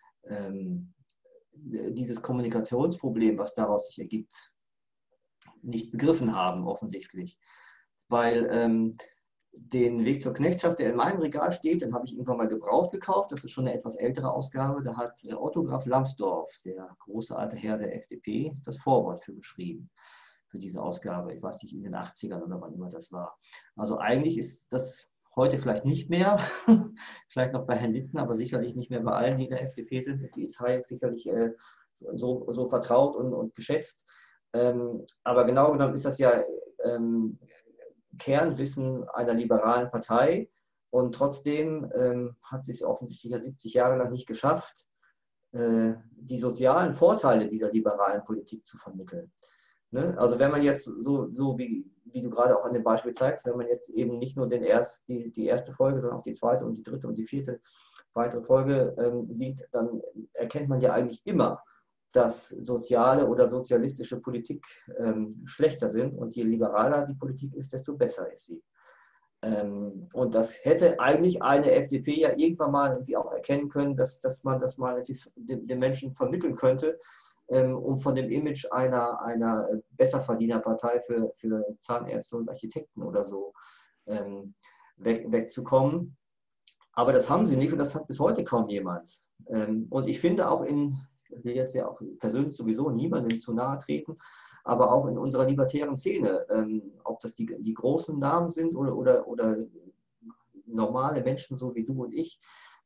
dieses Kommunikationsproblem, was daraus sich ergibt, nicht begriffen haben, offensichtlich. Weil den Weg zur Knechtschaft, der in meinem Regal steht, den habe ich irgendwann mal gebraucht gekauft. Das ist schon eine etwas ältere Ausgabe. Da hat Otto Graf Lambsdorff, der große alte Herr der FDP, das Vorwort für geschrieben, für diese Ausgabe. Ich weiß nicht, in den 80ern oder wann immer das war. Also eigentlich ist das heute vielleicht nicht mehr, vielleicht noch bei Herrn Lindner, aber sicherlich nicht mehr bei allen, die in der FDP sind. Die ist Hayek sicherlich so vertraut und geschätzt. Aber genau genommen ist das ja Kernwissen einer liberalen Partei und trotzdem hat sie es offensichtlich ja 70 Jahre lang nicht geschafft, die sozialen Vorteile dieser liberalen Politik zu vermitteln. Ne? Also wenn man jetzt so wie du gerade auch an dem Beispiel zeigst, wenn man jetzt eben nicht nur die erste Folge, sondern auch die zweite und die dritte und die vierte weitere Folge sieht, dann erkennt man ja eigentlich immer, dass soziale oder sozialistische Politik schlechter sind und je liberaler die Politik ist, desto besser ist sie. Und das hätte eigentlich eine FDP ja irgendwann mal irgendwie auch erkennen können, dass man das mal den Menschen vermitteln könnte, um von dem Image einer Besserverdienerpartei für Zahnärzte und Architekten oder so wegzukommen. Aber das haben sie nicht und das hat bis heute kaum jemand. Und ich finde auch ich will jetzt ja auch persönlich sowieso niemandem zu nahe treten, aber auch in unserer libertären Szene, ob das die großen Namen sind oder normale Menschen, so wie du und ich.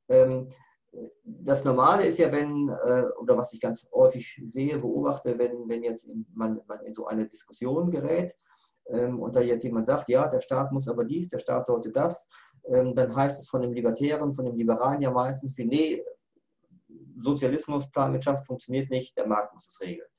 Das Normale ist ja, oder was ich ganz häufig sehe, beobachte, wenn jetzt man in so eine Diskussion gerät und da jetzt jemand sagt, ja, der Staat muss aber dies, der Staat sollte das, dann heißt es von dem Libertären, von dem Liberalen ja meistens, wie, nee, Sozialismus, Planwirtschaft funktioniert nicht, der Markt muss es regeln.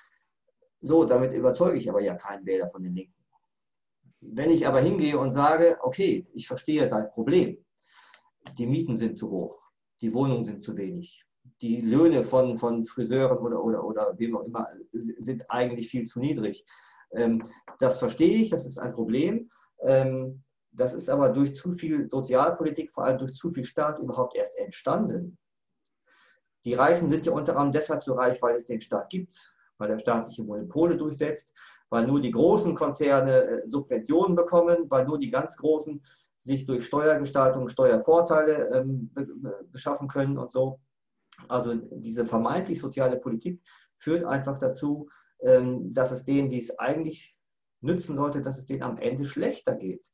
So, damit überzeuge ich aber ja keinen Wähler von den Linken. Wenn ich aber hingehe und sage, okay, ich verstehe dein Problem, die Mieten sind zu hoch, die Wohnungen sind zu wenig, die Löhne von Friseuren oder wem auch immer sind eigentlich viel zu niedrig. Das verstehe ich, das ist ein Problem. Das ist aber durch zu viel Sozialpolitik, vor allem durch zu viel Staat überhaupt erst entstanden. Die Reichen sind ja unter anderem deshalb so reich, weil es den Staat gibt, weil er staatliche Monopole durchsetzt, weil nur die großen Konzerne Subventionen bekommen, weil nur die ganz Großen sich durch Steuergestaltung Steuervorteile beschaffen können und so. Also diese vermeintlich soziale Politik führt einfach dazu, dass es denen, die es eigentlich nützen sollte, dass es denen am Ende schlechter geht.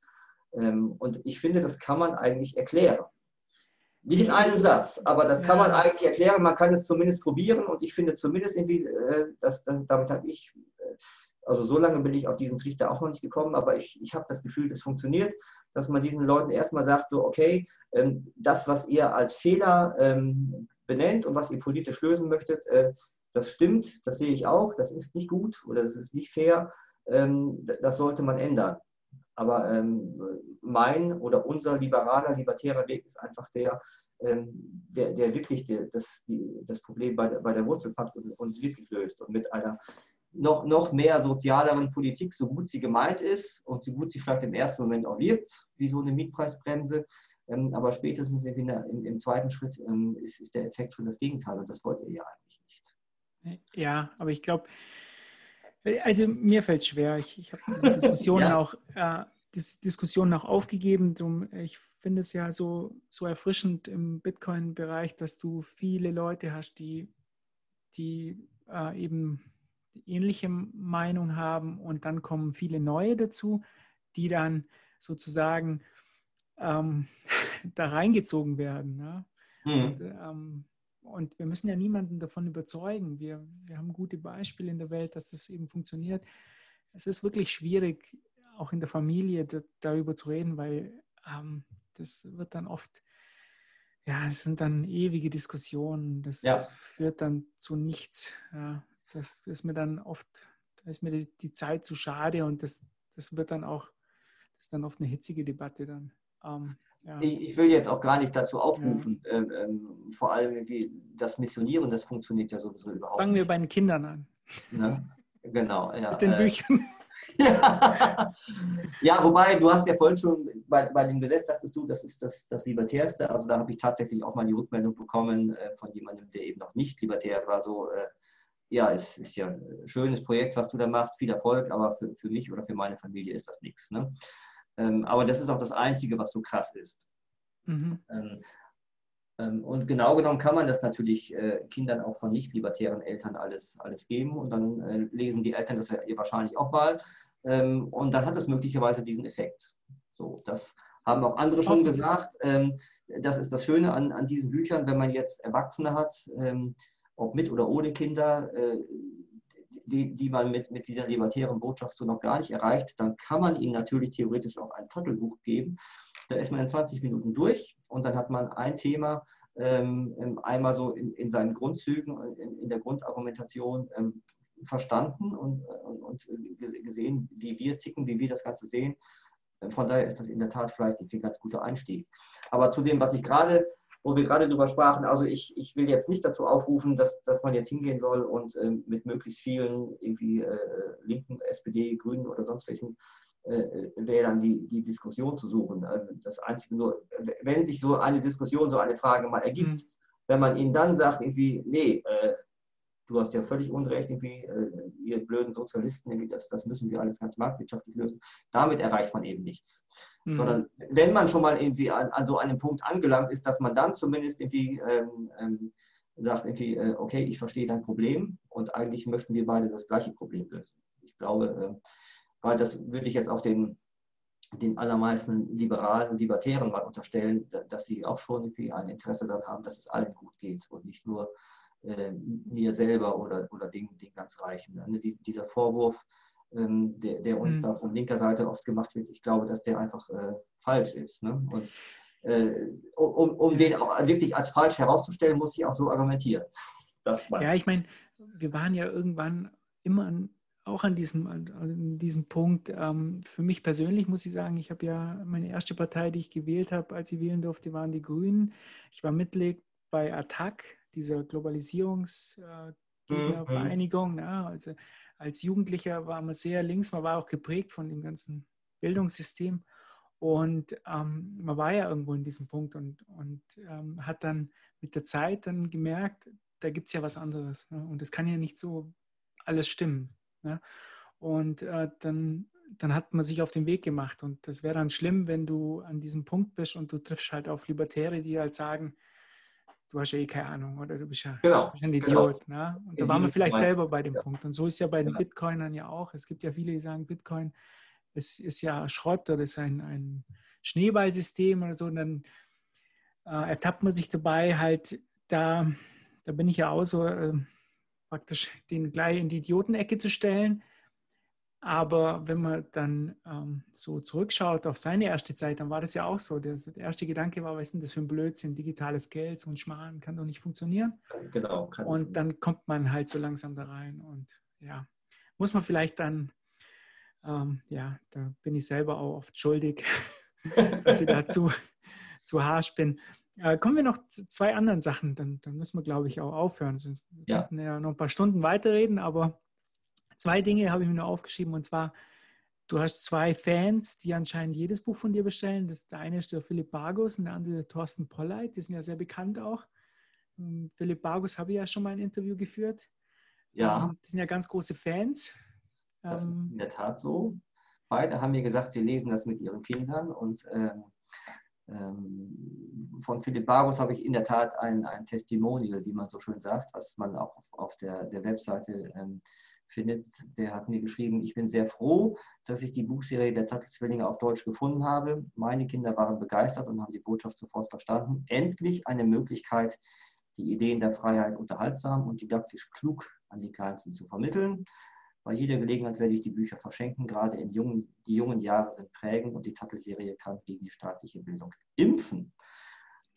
Und ich finde, das kann man eigentlich erklären. Nicht in einem Satz, aber das kann man eigentlich erklären. Man kann es zumindest probieren und ich finde zumindest irgendwie, damit habe ich, also so lange bin ich auf diesen Trichter auch noch nicht gekommen, aber ich habe das Gefühl, es funktioniert, dass man diesen Leuten erstmal sagt, so okay, das, was ihr als Fehler benennt und was ihr politisch lösen möchtet, das stimmt, das sehe ich auch, das ist nicht gut oder das ist nicht fair, das sollte man ändern. Aber mein oder unser libertärer Weg ist einfach der wirklich das Problem bei der Wurzel packt und wirklich löst. Und mit einer noch mehr sozialeren Politik, so gut sie gemeint ist und so gut sie vielleicht im ersten Moment auch wirkt, wie so eine Mietpreisbremse, aber spätestens im zweiten Schritt ist der Effekt schon das Gegenteil und das wollt ihr ja eigentlich nicht. Ja, aber ich glaube, also mir fällt es schwer. Ich habe diese Diskussionen auch aufgegeben. Ich finde es ja so erfrischend im Bitcoin-Bereich, dass du viele Leute hast, die eben die ähnliche Meinung haben und dann kommen viele neue dazu, die dann sozusagen da reingezogen werden. Ja? Und wir müssen ja niemanden davon überzeugen. Wir haben gute Beispiele in der Welt, dass das eben funktioniert. Es ist wirklich schwierig, auch in der Familie darüber zu reden, weil das wird dann oft ja, es sind dann ewige Diskussionen. Das führt dann zu nichts. Ja, das ist mir dann oft, da ist mir die Zeit zu schade und das wird dann auch, das ist dann oft eine hitzige Debatte dann. Ja. Ich will jetzt auch gar nicht dazu aufrufen, vor allem wie das Missionieren, das funktioniert ja sowieso überhaupt Fangen wir nicht. bei den Kindern an. Ne? Genau, ja. Mit den Büchern. Ja. Ja, wobei, du hast ja vorhin schon bei dem Gesetz, sagtest du, das ist das Libertärste. Also da habe ich tatsächlich auch mal die Rückmeldung bekommen von jemandem, der eben noch nicht libertär war, so, ja, es ist ja ein schönes Projekt, was du da machst, viel Erfolg, aber für mich oder für meine Familie ist das nichts. Ne? Aber das ist auch das Einzige, was so krass ist. Mhm. Und genau genommen kann man das natürlich Kindern auch von nicht-libertären Eltern alles geben und dann lesen die Eltern das ja wahrscheinlich auch mal und dann hat es möglicherweise diesen Effekt. So, das haben auch andere schon gesagt. Das ist das Schöne an diesen Büchern, wenn man jetzt Erwachsene hat, ob mit oder ohne Kinder, die man mit dieser libertären Botschaft so noch gar nicht erreicht, dann kann man ihnen natürlich theoretisch auch ein Tottelbuch geben. Da ist man in 20 Minuten durch und dann hat man ein Thema einmal so in seinen Grundzügen, in der Grundargumentation verstanden und gesehen, wie wir ticken, wie wir das Ganze sehen. Von daher ist das in der Tat vielleicht ein ganz guter Einstieg. Aber zu dem, wo wir gerade drüber sprachen, also ich will jetzt nicht dazu aufrufen, dass man jetzt hingehen soll und mit möglichst vielen irgendwie Linken, SPD, Grünen oder sonst welchen Wählern die Diskussion zu suchen. Das Einzige nur, wenn sich so eine Diskussion, so eine Frage mal ergibt, wenn man ihnen dann sagt, irgendwie, nee, du hast ja völlig Unrecht, irgendwie, ihr blöden Sozialisten, irgendwie, das müssen wir alles ganz marktwirtschaftlich lösen. Damit erreicht man eben nichts. Sondern wenn man schon mal irgendwie an so einem Punkt angelangt ist, dass man dann zumindest irgendwie sagt, irgendwie, okay, ich verstehe dein Problem und eigentlich möchten wir beide das gleiche Problem lösen. Ich glaube, weil das würde ich jetzt auch den allermeisten Liberalen und Libertären mal unterstellen, dass sie auch schon irgendwie ein Interesse daran haben, dass es allen gut geht und nicht nur mir selber oder den ganz Reichen. Dieser Vorwurf, der uns da von linker Seite oft gemacht wird, ich glaube, dass der einfach falsch ist. Ne? Und um den auch wirklich als falsch herauszustellen, muss ich auch so argumentieren. Ja, ich meine, wir waren ja irgendwann immer auch an diesem Punkt. Für mich persönlich muss ich sagen, ich habe ja meine erste Partei, die ich gewählt habe, als ich wählen durfte, waren die Grünen. Ich war Mitglied bei ATTAC, dieser Globalisierungsgegnervereinigung. Also als Jugendlicher war man sehr links, man war auch geprägt von dem ganzen Bildungssystem. Und man war ja irgendwo in diesem Punkt und hat dann mit der Zeit dann gemerkt, da gibt es ja was anderes. Ne? Und es kann ja nicht so alles stimmen. Ne? Und dann hat man sich auf den Weg gemacht. Und das wäre dann schlimm, wenn du an diesem Punkt bist und du triffst halt auf Libertäre, die halt sagen, du hast ja eh keine Ahnung oder du bist ja ein Idiot. Genau. Ne? Und da waren wir vielleicht selber bei dem Punkt. Und so ist ja bei den Bitcoinern ja auch. Es gibt ja viele, die sagen, Bitcoin ist ja Schrott oder ist ein Schneeballsystem oder so. Und dann ertappt man sich dabei halt, da bin ich ja auch so, praktisch den gleich in die Idiotenecke zu stellen. Aber wenn man dann so zurückschaut auf seine erste Zeit, dann war das ja auch so. Der erste Gedanke war, was ist denn das für ein Blödsinn, digitales Geld, so ein Schmarrn kann doch nicht funktionieren. Genau. Und dann kommt man halt so langsam da rein. Und ja, muss man vielleicht dann, da bin ich selber auch oft schuldig, dass ich dazu zu harsch bin. Kommen wir noch zu zwei anderen Sachen, dann müssen wir, glaube ich, auch aufhören. Sonst könnten wir ja noch ein paar Stunden weiterreden, aber zwei Dinge habe ich mir nur aufgeschrieben, und zwar, du hast zwei Fans, die anscheinend jedes Buch von dir bestellen. Der eine ist der Philipp Bargus und der andere der Thorsten Polleit, die sind ja sehr bekannt auch. Philipp Bargus habe ich ja schon mal ein Interview geführt. Ja. Die sind ja ganz große Fans. Das ist in der Tat so. Beide haben mir gesagt, sie lesen das mit ihren Kindern und von Philipp Bargus habe ich in der Tat ein Testimonial, wie man so schön sagt, was man auch auf der Webseite findet. Der hat mir geschrieben, ich bin sehr froh, dass ich die Buchserie der Zappel-Zwillinge auf Deutsch gefunden habe. Meine Kinder waren begeistert und haben die Botschaft sofort verstanden. Endlich eine Möglichkeit, die Ideen der Freiheit unterhaltsam und didaktisch klug an die Kleinsten zu vermitteln. Bei jeder Gelegenheit werde ich die Bücher verschenken. Gerade die jungen Jahre sind prägend und die Tackle-Serie kann gegen die staatliche Bildung impfen.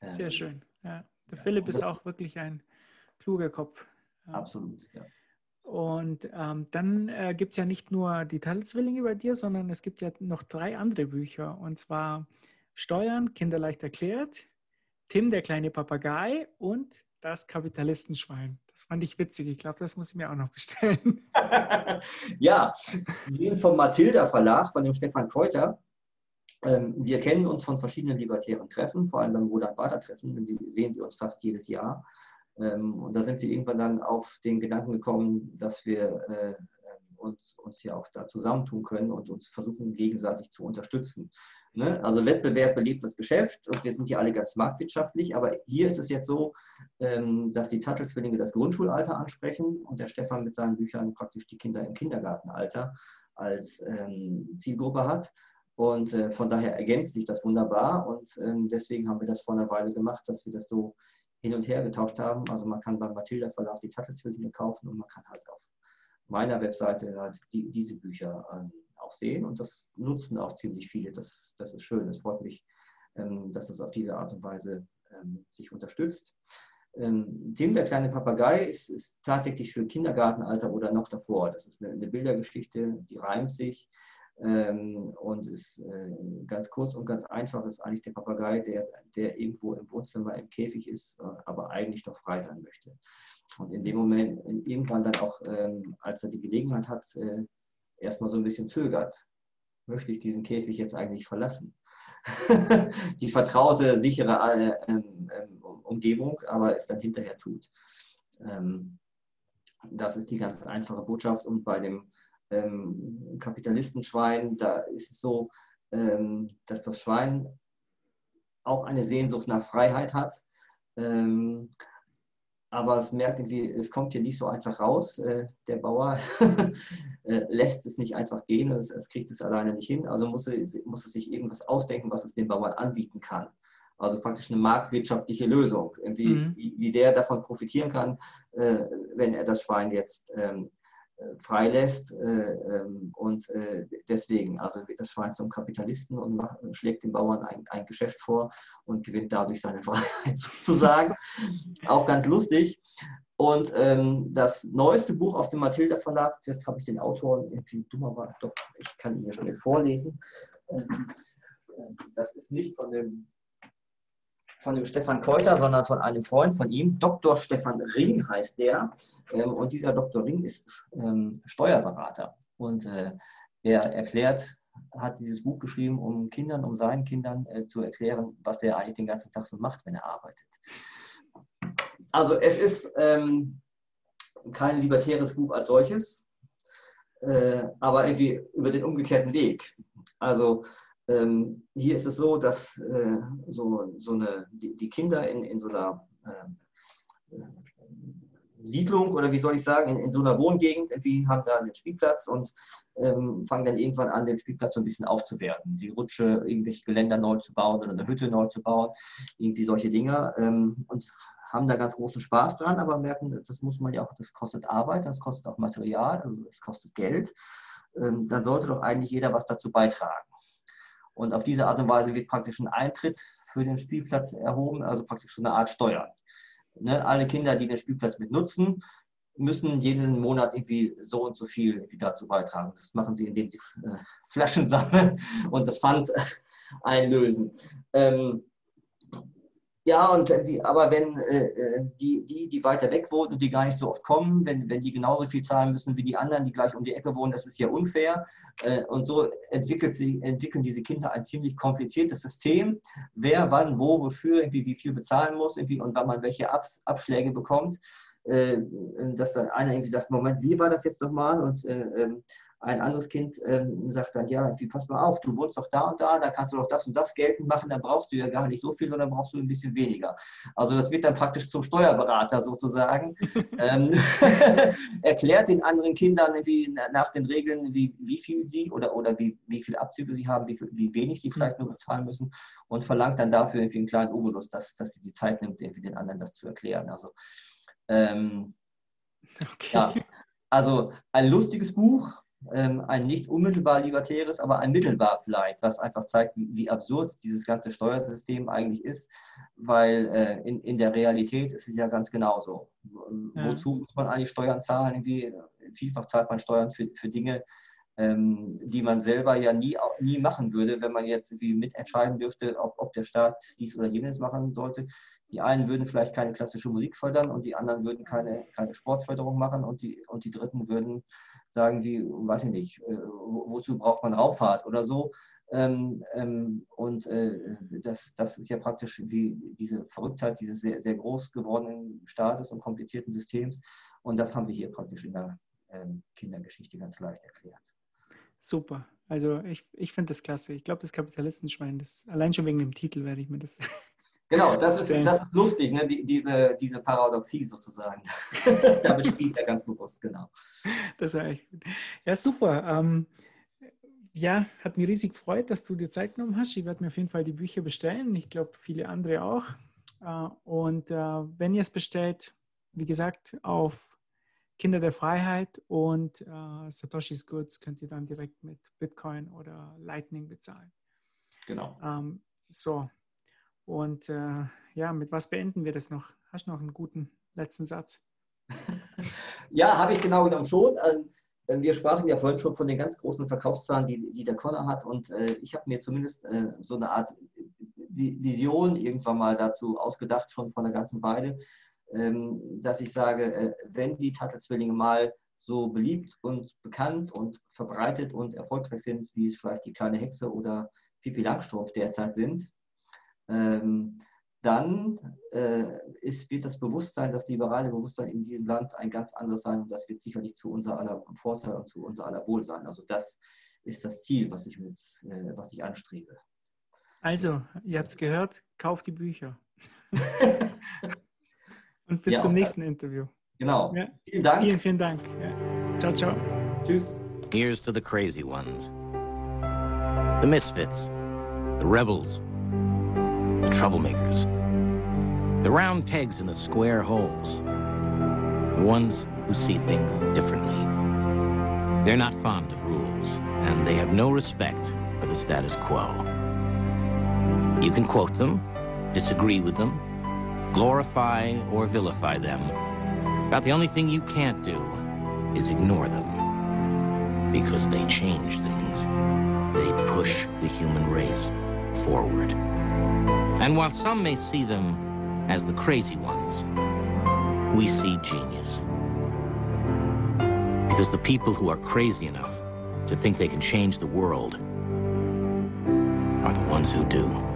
Sehr schön. Ja. Der Philipp ist auch wirklich ein kluger Kopf. Absolut, ja. Und dann gibt es ja nicht nur die Tattelswillinge bei dir, sondern es gibt ja noch 3 andere Bücher. Und zwar Steuern, kinderleicht erklärt, Tim, der kleine Papagei und das Kapitalistenschwein. Das fand ich witzig. Ich glaube, das muss ich mir auch noch bestellen. Ja, wir sind vom Mathilda Verlag, von dem Stefan Keuter. Wir kennen uns von verschiedenen libertären Treffen, vor allem beim Roland-Bader-Treffen, die sehen wir uns fast jedes Jahr. Und da sind wir irgendwann dann auf den Gedanken gekommen, dass wir uns ja auch da zusammentun können und uns versuchen, gegenseitig zu unterstützen. Ne? Also Wettbewerb belebt das Geschäft und wir sind ja alle ganz marktwirtschaftlich, aber hier ist es jetzt so, dass die Tattelswillinge das Grundschulalter ansprechen und der Stefan mit seinen Büchern praktisch die Kinder im Kindergartenalter als Zielgruppe hat. Und von daher ergänzt sich das wunderbar und deswegen haben wir das vor einer Weile gemacht, dass wir das so hin und her getauscht haben. Also man kann beim Mathilda Verlag die Tattelswillinge kaufen und man kann halt auf meiner Webseite halt diese Bücher auch sehen und das nutzen auch ziemlich viele. Das ist schön. Es freut mich, dass das auf diese Art und Weise sich unterstützt. Tim, der kleine Papagei, ist tatsächlich für Kindergartenalter oder noch davor. Das ist eine Bildergeschichte, die reimt sich. Und ist ganz kurz und ganz einfach, ist eigentlich der Papagei, der irgendwo im Wohnzimmer im Käfig ist, aber eigentlich doch frei sein möchte. Und in dem Moment, irgendwann dann auch, als er die Gelegenheit hat, erstmal so ein bisschen zögert, möchte ich diesen Käfig jetzt eigentlich verlassen? Die vertraute, sichere Umgebung, aber es dann hinterher tut. Das ist die ganz einfache Botschaft und bei dem Kapitalistenschwein, da ist es so, dass das Schwein auch eine Sehnsucht nach Freiheit hat, aber es merkt irgendwie, es kommt hier nicht so einfach raus. Der Bauer lässt es nicht einfach gehen, es kriegt es alleine nicht hin, also muss es sich irgendwas ausdenken, was es den Bauern anbieten kann. Also praktisch eine marktwirtschaftliche Lösung, wie der davon profitieren kann, wenn er das Schwein jetzt freilässt und deswegen, also wird das Schwein zum Kapitalisten und schlägt dem Bauern ein Geschäft vor und gewinnt dadurch seine Freiheit sozusagen. Auch ganz lustig. Und das neueste Buch aus dem Mathilda Verlag, jetzt habe ich den Autor irgendwie dummerweise, doch, ich kann ihn ja schnell vorlesen. Das ist nicht von dem Stefan Keuter, sondern von einem Freund von ihm, Dr. Stefan Ring heißt der. Und dieser Dr. Ring ist Steuerberater. Und er hat dieses Buch geschrieben, um seinen Kindern zu erklären, was er eigentlich den ganzen Tag so macht, wenn er arbeitet. Also es ist kein libertäres Buch als solches, aber irgendwie über den umgekehrten Weg. Also hier ist es so, dass die Kinder in so einer Siedlung oder wie soll ich sagen, in so einer Wohngegend irgendwie haben da einen Spielplatz und fangen dann irgendwann an, den Spielplatz so ein bisschen aufzuwerten. Die Rutsche, irgendwelche Geländer neu zu bauen oder eine Hütte neu zu bauen, irgendwie solche Dinge und haben da ganz großen Spaß dran, aber merken, das muss man ja auch, das kostet Arbeit, das kostet auch Material, also es kostet Geld. Dann sollte doch eigentlich jeder was dazu beitragen. Und auf diese Art und Weise wird praktisch ein Eintritt für den Spielplatz erhoben, also praktisch so eine Art Steuer. Ne? Alle Kinder, die den Spielplatz mit nutzen, müssen jeden Monat irgendwie so und so viel irgendwie dazu beitragen. Das machen sie, indem sie Flaschen sammeln und das Pfand einlösen. Ja, aber wenn die weiter weg wohnen und die gar nicht so oft kommen, wenn die genauso viel zahlen müssen wie die anderen, die gleich um die Ecke wohnen, das ist ja unfair. Und so entwickeln diese Kinder ein ziemlich kompliziertes System, wer, wann, wo, wofür, irgendwie wie viel bezahlen muss irgendwie, und wann man welche Abschläge bekommt. Dass dann einer irgendwie sagt, Moment, wie war das jetzt nochmal? Und ein anderes Kind sagt dann, ja, pass mal auf, du wohnst doch da und da kannst du doch das und das geltend machen, dann brauchst du ja gar nicht so viel, sondern brauchst du ein bisschen weniger. Also das wird dann praktisch zum Steuerberater sozusagen. Erklärt den anderen Kindern nach den Regeln, wie viel sie oder wie viele Abzüge sie haben, wie wenig sie vielleicht nur bezahlen müssen und verlangt dann dafür irgendwie einen kleinen Obolus, dass sie die Zeit nimmt, irgendwie den anderen das zu erklären. Also okay. Ja, also ein lustiges Buch, ein nicht unmittelbar libertäres, aber ein mittelbar vielleicht, was einfach zeigt, wie absurd dieses ganze Steuersystem eigentlich ist, weil in der Realität ist es ja ganz genauso. Ja. Wozu muss man eigentlich Steuern zahlen? Irgendwie, vielfach zahlt man Steuern für Dinge, die man selber ja nie machen würde, wenn man jetzt irgendwie mitentscheiden dürfte, ob der Staat dies oder jenes machen sollte. Die einen würden vielleicht keine klassische Musik fördern und die anderen würden keine Sportförderung machen und die Dritten würden sagen, wie, weiß ich nicht, wozu braucht man Raumfahrt oder so. Das ist ja praktisch wie diese Verrücktheit dieses sehr, sehr groß gewordenen Staates und komplizierten Systems. Und das haben wir hier praktisch in der Kindergeschichte ganz leicht erklärt. Super. Also ich finde das klasse. Ich glaube, das Kapitalistenschwein, allein schon wegen dem Titel werde ich mir das... Genau, das ist lustig, ne? Diese Paradoxie sozusagen. Damit spielt er ganz bewusst, genau. Das war echt gut. Ja, super. Ja, hat mich riesig gefreut, dass du dir Zeit genommen hast. Ich werde mir auf jeden Fall die Bücher bestellen. Ich glaube, viele andere auch. Und wenn ihr es bestellt, wie gesagt, auf Kinder der Freiheit und Satoshi's Goods könnt ihr dann direkt mit Bitcoin oder Lightning bezahlen. Genau. So. Und ja, mit was beenden wir das noch? Hast du noch einen guten letzten Satz? Ja, habe ich genau genommen schon. Wir sprachen ja vorhin schon von den ganz großen Verkaufszahlen, die der Conner hat. Und ich habe mir zumindest so eine Art Vision irgendwann mal dazu ausgedacht, schon vor einer ganzen Weile, dass ich sage, wenn die Tuttle-Zwillinge mal so beliebt und bekannt und verbreitet und erfolgreich sind, wie es vielleicht die kleine Hexe oder Pippi Langstrumpf derzeit sind, dann wird das Bewusstsein, das liberale Bewusstsein in diesem Land ein ganz anderes sein und das wird sicherlich zu unser aller Vorteil und zu unser aller Wohl sein. Also das ist das Ziel, was ich anstrebe. Also, ihr habt es gehört, kauft die Bücher. Und bis zum nächsten Interview. Genau. Ja. Vielen Dank. Vielen Dank. Ja. Ciao, ciao. Tschüss. Here's to the crazy ones. The misfits. The rebels. The troublemakers. The round pegs in the square holes. The ones who see things differently. They're not fond of rules, and they have no respect for the status quo. You can quote them, disagree with them, glorify or vilify them. But the only thing you can't do is ignore them. Because they change things. They push the human race forward. And while some may see them as the crazy ones, we see genius. Because the people who are crazy enough to think they can change the world are the ones who do.